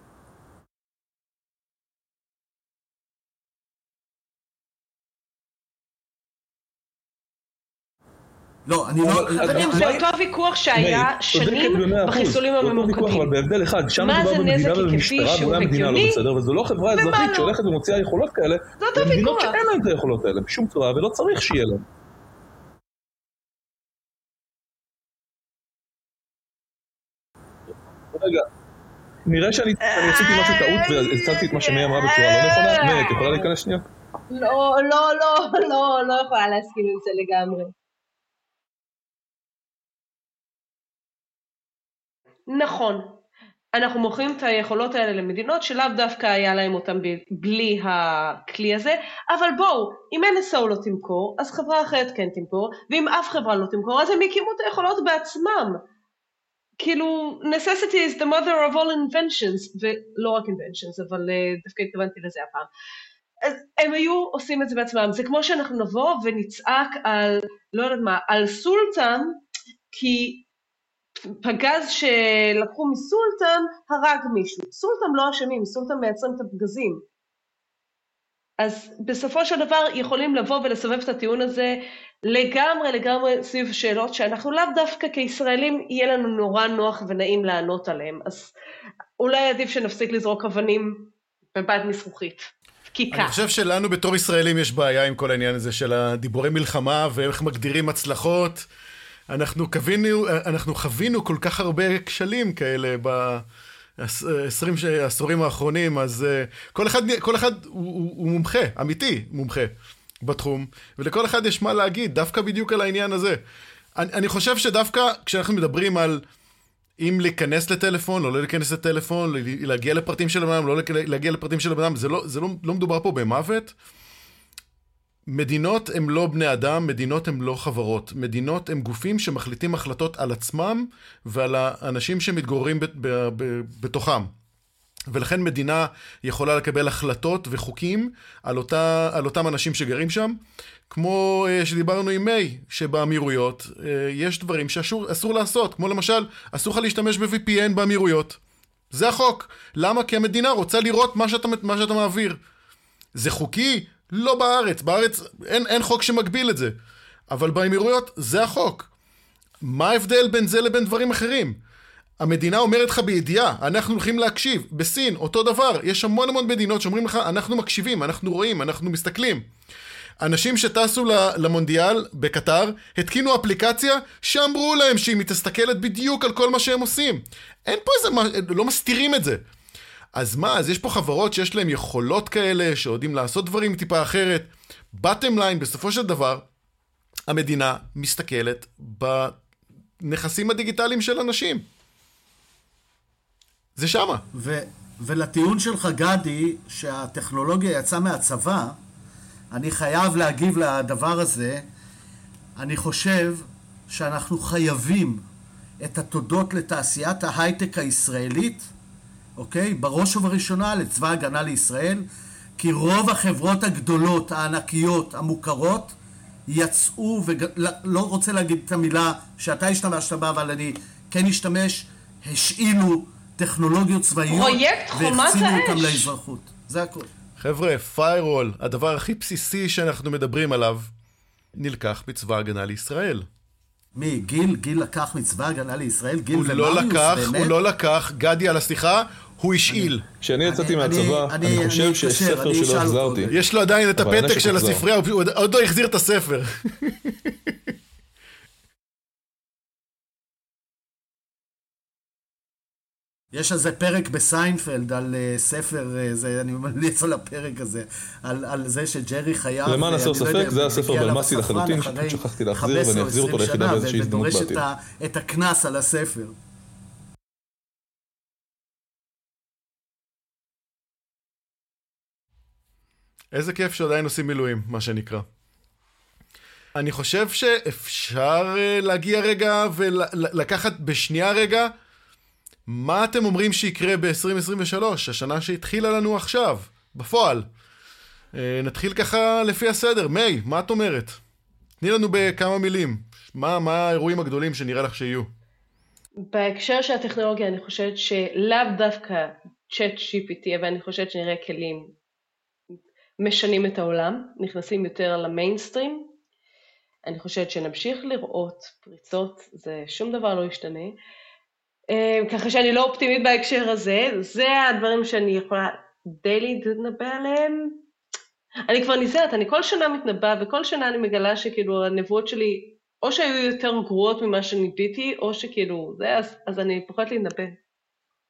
לא, אני לא... זה אותו ויכוח שהיה שנים בחיסולים הממוקדים. אבל בהבדל אחד, שם מדובר במדינה ובמשטרה, ואולי המדינה לא בסדר, וזו לא חברה אזרחית שהולכת ומוציאה יכולות כאלה, במדינות שאין להם את היכולות האלה, בשום צורה, ולא צריך שיהיה להם. רגע, נראה שאני עשיתי משהו טעות והצלתי את מה שמי אמרה בצורה לא נכונה. מי, את יכולה להיכנס שנייה? לא יכולה להסכים עם זה לגמרי. נכון. אנחנו מוכרים את היכולות האלה למדינות שלאו דווקא היה להם אותם בלי הכלי הזה, אבל בואו, אם NSO לא תמכור, אז חברה אחרת כן תמכור, ואם אף חברה לא תמכור, אז הם יקימו את היכולות בעצמם. כאילו, necessity is the mother of all inventions, ולא רק inventions, אבל דווקא התכוונתי לזה הפעם. אז הם היו עושים את זה בעצמם, זה כמו שאנחנו נבוא ונצעק על, לא יודעת מה, על סולטן, כי פגז שלקחו מסולטן הרג מישהו. סולטן לא אשמים, סולטן מייצרים את הפגזים. אז בסופו של דבר יכולים לבוא ולסובב את הטיעון הזה לגמרי סביב שאלות שאנחנו לאו דווקא כישראלים יהיה לנו נורא נוח ונעים לענות עליהם. אז אולי עדיף שנפסיק לזרוק אבנים בבד מזכוכית. אני חושב שלנו בתור ישראלים יש בעיה עם כל העניין הזה של הדיבורי מלחמה ואיך מגדירים הצלחות. אנחנו חווינו כל כך הרבה כשלים כאלה ב-20 העשורים האחרונים, אז כל אחד הוא מומחה, אמיתי מומחה בתחום, ולכל אחד יש מה להגיד, דווקא בדיוק על העניין הזה. אני חושב שדווקא כשאנחנו מדברים על אם להיכנס לטלפון או לא להיכנס לטלפון, להגיע לפרטים של הבנם, לא להגיע לפרטים של הבנם, זה לא מדובר פה במוות. מדינות הם לא בני אדם, מדינות הם לא חברות. מדינות הם גופים שמחליטים החלטות על עצמם ועל האנשים שמתגוררים בתוכם. ולכן מדינה יכולה לקבל החלטות וחוקים על אותם אנשים שגרים שם. כמו שדיברנו עם מי, שבאמירויות יש דברים שאסור לעשות. כמו למשל, אסור לך להשתמש ב-VPN באמירויות. זה החוק. למה? כי המדינה רוצה לראות מה שאתה מעביר. זה חוקי? לא בארץ. בארץ אין חוק שמגביל את זה. אבל באמירויות זה החוק. מה ההבדל בין זה לבין דברים אחרים? המדינה אומרת לך בידיעה, אנחנו הולכים להקשיב. בסין, אותו דבר. יש המון מדינות שאומרים לך, אנחנו מקשיבים, אנחנו רואים, אנחנו מסתכלים. אנשים שטסו למונדיאל בקטר, התקינו אפליקציה שאמרו להם שהיא מתסתכלת בדיוק על כל מה שהם עושים. אין פה איזה, לא מסתירים את זה. אז מה? אז יש פה חברות שיש להם יכולות כאלה, שיודעים לעשות דברים טיפה אחרת. bottom line, בסופו של דבר, המדינה מסתכלת בנכסים הדיגיטליים של אנשים. זה שמה. ולטיעון שלך, גדי, שהטכנולוגיה יצאה מהצבא, אני חייב להגיב לדבר הזה. אני חושב שאנחנו חייבים את התודות לתעשיית ההייטק הישראלית, אוקיי? בראש ובראשונה לצבא הגנה לישראל, כי רוב החברות הגדולות, הענקיות, המוכרות, יצאו, ולא רוצה להגיד את המילה שאתה השתמשת בה, אבל אני כן אשתמש, השאילו טכנולוגיות צבאיות, והחצינו אותם לאזרחות. זה הכל. חבר'ה, פיירול, הדבר הכי בסיסי שאנחנו מדברים עליו, נלקח בצבא הגנה לישראל. מי? גיל לקח מצבא הגנה לישראל? גיל ומריוס, הוא לא לקח, גדי על הסליחה, הוא השאיל. כשאני יצאתי מהצבא, אני חושב שיש ספר שלא החזרתי. יש לו עדיין את הפתק של הספרייה, הוא עוד לא החזיר את הספר. יש איזה פרק בסיינפלד על ספר, אני ממליץ על הפרק הזה, על זה שג'רי חייב, למען הסר ספק, זה הספר בלמסי לחלוטין, שפשוט שכחתי להחזיר ואני אחזיר אותו ליחידה באיזושהי הזדמנות בעתיד. ודורש את הכנס על הספר. איזה כיף שעדיין עושים מילואים, מה שנקרא. אני חושב שאפשר להגיע רגע ולקחת בשנייה רגע, מה אתם אומרים שיקרה ב-2023, השנה שהתחילה לנו עכשיו, בפועל? נתחיל ככה לפי הסדר. מי, מה את אומרת? תני לנו בכמה מילים. מה האירועים הגדולים שנראה לך שיהיו? בהקשר של הטכנולוגיה, אני חושבת שלאו דווקא צ'אט GPT, אבל אני חושבת שנראה כלים משנים את העולם, נכנסים יותר למיינסטרים. אני חושבת שנמשיך לראות פריצות, זה שום דבר לא ישתנה. ככה שאני לא אופטימית בהקשר הזה, זה הדברים שאני יכולה די להתנבא עליהם. אני כבר נזהרת, אני כל שנה מתנבא, וכל שנה אני מגלה שכאילו הנבואות שלי, או שהיו יותר גרועות ממה שניביתי, או שכאילו זה, אז אני פוחדת להתנבא.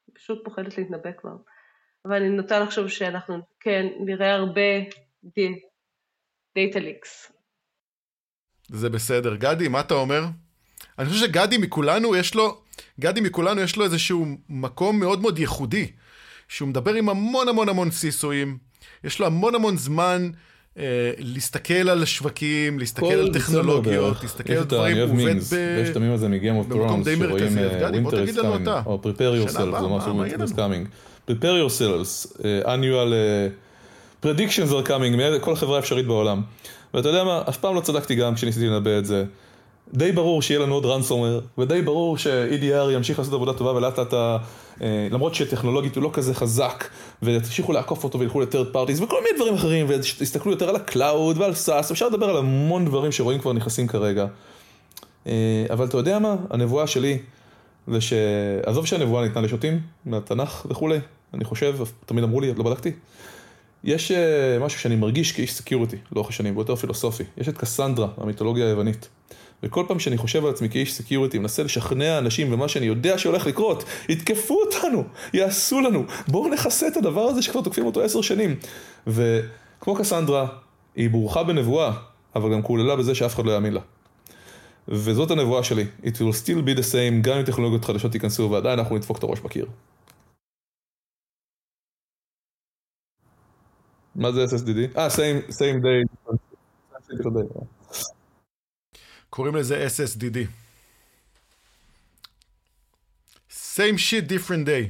פשוט פוחדת להתנבא כבר. אבל אני נוטה לחשוב שאנחנו כן נראה הרבה דאטה ליקס. זה בסדר. גדי, מה אתה אומר? אני חושב שגדי מכולנו יש לו איזשהו מקום מאוד מאוד ייחודי, שהוא מדבר עם המון המון המון סיסויים, יש לו המון המון זמן להסתכל על השווקים, להסתכל על טכנולוגיות, להסתכל על דברים, הוא עובד יש את המים הזה מ-Game of Thrones, שרואים Winter is coming, או Prepare yourself, זה משהו Winter is coming. Prepare yourselves, annual predictions are coming, כל חברה אפשרית בעולם. ואתה יודע מה, אף פעם לא צדקתי גם כשניסיתי לנבא את זה. די ברור שיהיה לנו עוד ransomware, ודי ברור ש-EDR ימשיך לעשות עבודה טובה, ולאט לאט, למרות שטכנולוגית הוא לא כזה חזק, ותמשיכו לעקוף אותו וילכו ל-third parties, וכל מיני דברים אחרים, והסתכלו יותר על ה-cloud ועל SaaS, אפשר לדבר על המון דברים שרואים כבר נכנסים כרגע. אבל אתה יודע מה? הנבואה שלי, זה עזוב שהנבואה ניתנה לשוטים, מהתנ"ך וכו', אני חושב, תמיד אמרו לי, לא בדקתי, יש משהו שאני מרגיש כאיש סקיוריטי, לאורך השנים, הוא יותר פילוסופי. יש את קסנדרה, המיתולוגיה היוונית. וכל פעם שאני חושב על עצמי כאיש סקיוריטי, מנסה לשכנע אנשים במה שאני יודע שהולך לקרות, יתקפו אותנו, יעשו לנו, בואו נחסה את הדבר הזה שכבר תוקפים אותו 10 שנים. וכמו קסנדרה, היא בורחה בנבואה, אבל גם כוללה בזה שאף אחד לא יאמין לה. וזאת הנבואה שלי. It will still be the same, גם אם טכנולוגיות חדשות ייכנסו, ועדיין אנחנו נדפוק את הראש בקיר. מה זה SSDD? same day. קוראים לזה SSDD. Same shit, different day.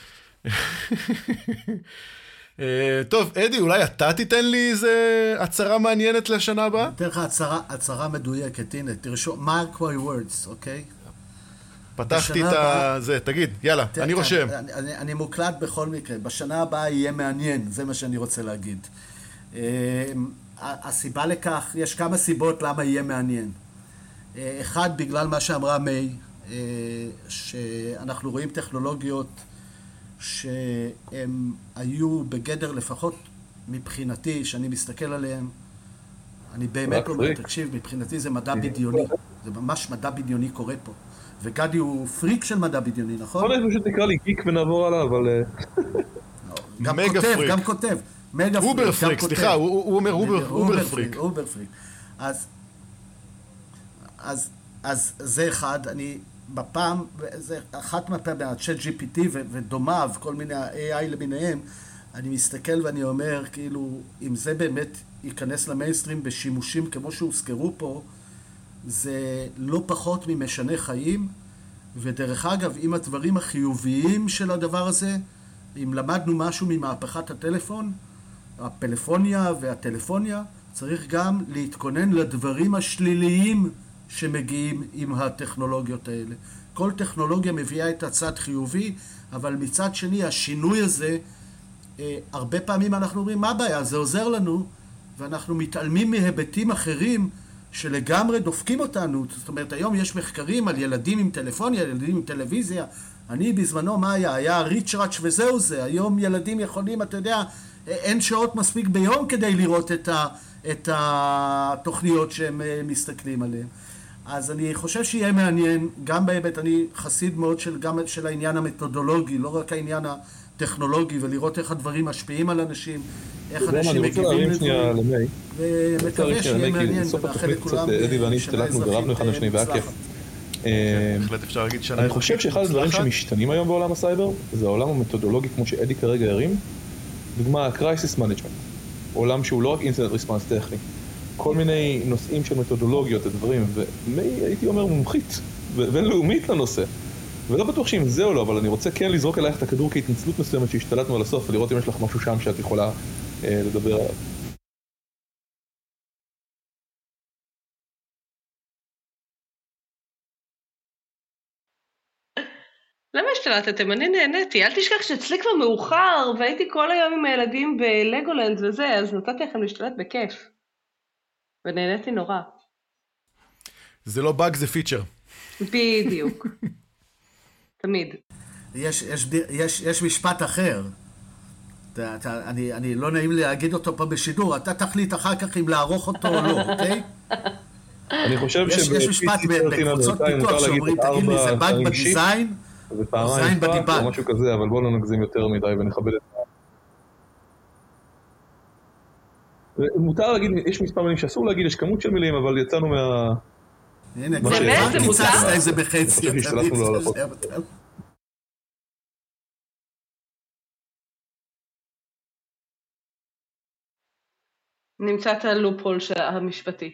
טוב, אדי, אולי אתה תיתן לי איזה הצהרה מעניינת לשנה הבאה? אתן לך הצהרה מדויקת, הנה, תרשום, mark my words, אוקיי? פתחתי את זה, תגיד, יאללה, אני רושם. אני מוקלט בכל מקרה, בשנה הבאה יהיה מעניין, זה מה שאני רוצה להגיד. הסיבה לכך, יש כמה סיבות למה יהיה מעניין. אחד, בגלל מה שאמרה מי, שאנחנו רואים טכנולוגיות שהם היו בגדר לפחות מבחינתי, שאני מסתכל עליהם, אני באמת אומר, תקשיב, מבחינתי זה מדע בדיוני, זה ממש מדע בדיוני קורה פה. וגדי הוא פריק של מדע בדיוני, נכון? בוא נשמע שתקרא לי גיק ונעבור עליו, אבל... גם כותב. אובר פריק, סליחה, הוא אומר אובר פריק. אובר פריק. אז זה אחד, אני בפעם, זה אחת מהפעמים, הצ'אט GPT ודומיו, כל מיני ה-AI למיניהם, אני מסתכל ואני אומר, כאילו, אם זה באמת ייכנס למיינסטרים בשימושים כמו שהוזכרו פה, זה לא פחות ממשנה חיים, ודרך אגב, עם הדברים החיוביים של הדבר הזה, אם למדנו משהו ממהפכת הטלפון, הפלאפוניה והטלפוניה, צריך גם להתכונן לדברים השליליים שמגיעים עם הטכנולוגיות האלה. כל טכנולוגיה מביאה את הצד חיובי, אבל מצד שני השינוי הזה, הרבה פעמים אנחנו אומרים, מה הבעיה? זה עוזר לנו, ואנחנו מתעלמים מהיבטים אחרים שלגמרי דופקים אותנו. זאת אומרת, היום יש מחקרים על ילדים עם טלפוניה, ילדים עם טלוויזיה. אני בזמנו, מה היה? היה ריצ'ראץ' וזהו זה. היום ילדים יכולים, אתה יודע, אין שעות מספיק ביום כדי לראות את התוכניות שהם מסתכלים עליהן. אז אני חושב שיהיה מעניין, גם בהיבט, אני חסיד מאוד גם של העניין המתודולוגי, לא רק העניין הטכנולוגי, ולראות איך הדברים משפיעים על אנשים, איך אנשים מגיבים לדברים, ומקווה שיהיה מעניין, ומאחל לכולם אדי ואני השתלטנו ורבנו אחד לשני בהכיף. אני חושב שאחד הדברים שמשתנים היום בעולם הסייבר, זה העולם המתודולוגי כמו שאדי כרגע הרים, דוגמה, Crisis Management, עולם שהוא לא רק Incident Response טכני, כל מיני נושאים של מתודולוגיות, הדברים, והייתי אומר מומחית ולאומית לנושא. ולא בטוח שאם זה או לא, אבל אני רוצה כן לזרוק אלייך את הכדור כהתנצלות מסוימת שהשתלטנו על הסוף, ולראות אם יש לך משהו שם שאת יכולה לדבר עליו. למה השתלטתם? אני נהניתי. אל תשכח שאצלי כבר מאוחר, והייתי כל היום עם הילדים בלגולנד וזה, אז נתתי לכם להשתלט בכיף. ונהניתי נורא. זה לא באג, זה פיצ'ר. בדיוק. תמיד. יש משפט אחר. אני לא נעים לי להגיד אותו פה בשידור, אתה תחליט אחר כך אם לערוך אותו או לא, אוקיי? אני חושב יש משפט בקבוצות פיתוח שאומרים, תגיד לי, זה באג בדיזיין, זה פעמיים פרק או משהו כזה, אבל בואו לא נגזים יותר מדי ונכבד את זה. מותר להגיד, יש מספר מילים שאסור להגיד, יש כמות של מילים, אבל יצאנו מה... הנה, כבר קיצצת איזה בחצי. נמצא את הלופול המשפטי.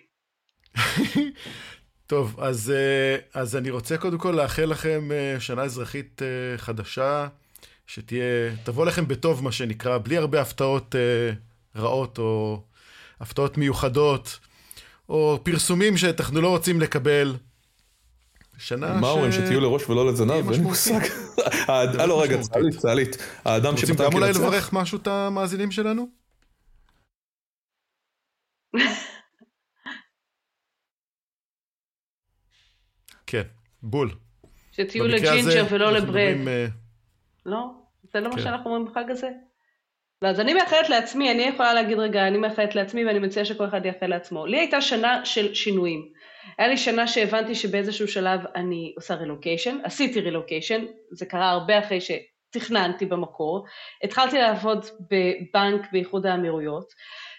טוב, אז אני רוצה קודם כל לאחל לכם שנה אזרחית חדשה, תבוא לכם בטוב מה שנקרא, בלי הרבה הפתעות רעות או הפתעות מיוחדות, או פרסומים שאנחנו לא רוצים לקבל. מה אומרים, שתהיו לראש ולא לזנב? אין מושג. לא, רגע, צהלית. האדם רוצים גם אולי לברך משהו את המאזינים שלנו? כן, בול. שתהיו לג'ינג'ר ולא לברד. לא? זה לא מה שאנחנו אומרים בחג הזה? לא, אז אני מאחלת לעצמי, אני יכולה להגיד רגע, אני מאחלת לעצמי ואני מציעה שכל אחד יאחל לעצמו. לי הייתה שנה של שינויים. היה לי שנה שהבנתי שבאיזשהו שלב אני עושה רילוקיישן, עשיתי רילוקיישן, זה קרה הרבה אחרי שתכננתי במקור, התחלתי לעבוד בבנק באיחוד האמירויות,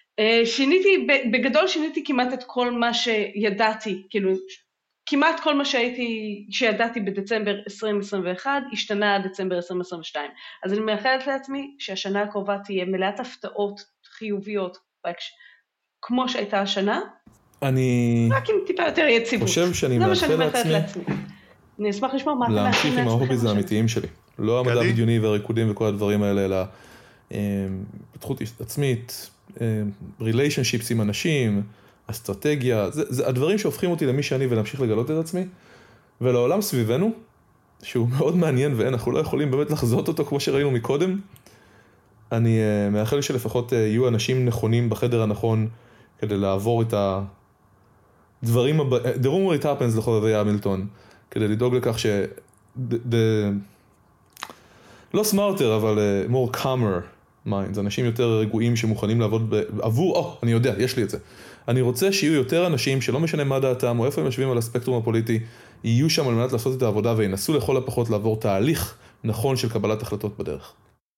בגדול שיניתי כמעט את כל מה שידעתי, כאילו, כמעט כל מה שידעתי בדצמבר 2021, השתנה עד דצמבר 2022. אז אני מאחלת לעצמי שהשנה הקרובה תהיה מלאת הפתעות חיוביות, כמו שהייתה השנה, רק עם טיפה יותר יציבות. חושב שאני מאחל לעצמי, אני אשמח לשמוע מה אתה להמשיך עם ההוביז האמיתיים שלי. לא המדע בדיוני והריקודים וכל הדברים האלה, אלא פתחות עצמית, ריליישנשיפס עם אנשים, אסטרטגיה, זה הדברים שהופכים אותי למי שאני ולהמשיך לגלות את עצמי, ולעולם סביבנו, שהוא מאוד מעניין ואנחנו לא יכולים באמת לחזות אותו כמו שראינו מקודם, אני מאחל שלפחות יהיו אנשים נכונים בחדר הנכון, כדי לעבור את הדברים הבאים, the room where it happens לחובבי המילטון, כדי לדאוג לכך לא smarter, אבל more calmer minds, אנשים יותר רגועים שמוכנים לעבוד עבור, אני יודע, יש לי את זה. אני רוצה שיהיו יותר אנשים שלא משנה מה דעתם או איפה הם יושבים על הספקטרום הפוליטי, יהיו שם על מנת לעשות את העבודה וינסו לכל הפחות לעבור תהליך נכון של קבלת החלטות בדרך.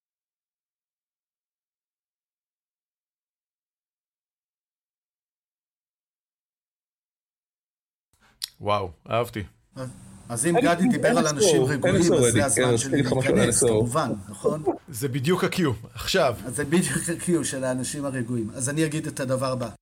וואו, אהבתי. אז אם גדי דיבר על אנשים רגועים, אז זה הזמן שלי להיכנס, כמובן, נכון? זה בדיוק הקיו, עכשיו. אז זה בדיוק הקיו של האנשים הרגועים. אז אני אגיד את הדבר הבא.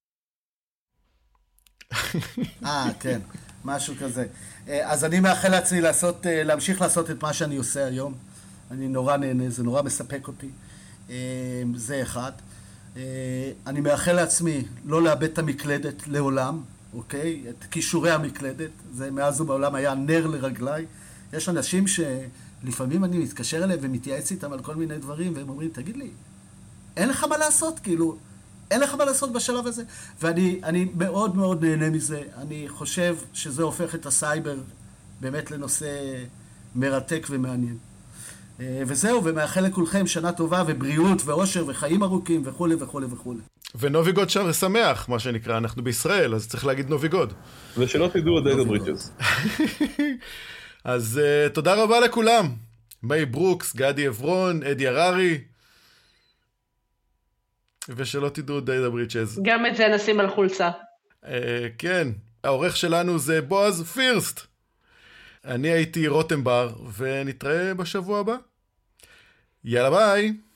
כן, משהו כזה. אז אני מאחל לעצמי להמשיך לעשות את מה שאני עושה היום. אני נורא נהנה, זה נורא מספק אותי. זה אחד. אני מאחל לעצמי לא לאבד את המקלדת לעולם. אוקיי? את כישורי המקלדת, זה מאז ומעולם היה נר לרגליי. יש אנשים שלפעמים אני מתקשר אליהם ומתייעץ איתם על כל מיני דברים, והם אומרים, תגיד לי, אין לך מה לעשות, כאילו, אין לך מה לעשות בשלב הזה. ואני מאוד מאוד נהנה מזה. אני חושב שזה הופך את הסייבר באמת לנושא מרתק ומעניין. וזהו, ומאחל לכולכם שנה טובה ובריאות ואושר וחיים ארוכים וכו' וכו' וכו'. ונוביגוד שם ושמח, מה שנקרא, אנחנו בישראל, אז צריך להגיד נוביגוד. ושלא תדעו דיידה ברידג'ס. אז תודה רבה לכולם. מאי ברוקס, גדי עברון, אדי הררי, ושלא תדעו דיידה ברידג'ס. גם את זה נשים על חולצה. כן, העורך שלנו זה בועז פירסט. אני הייתי רותם בר, ונתראה בשבוע הבא. יאללה ביי.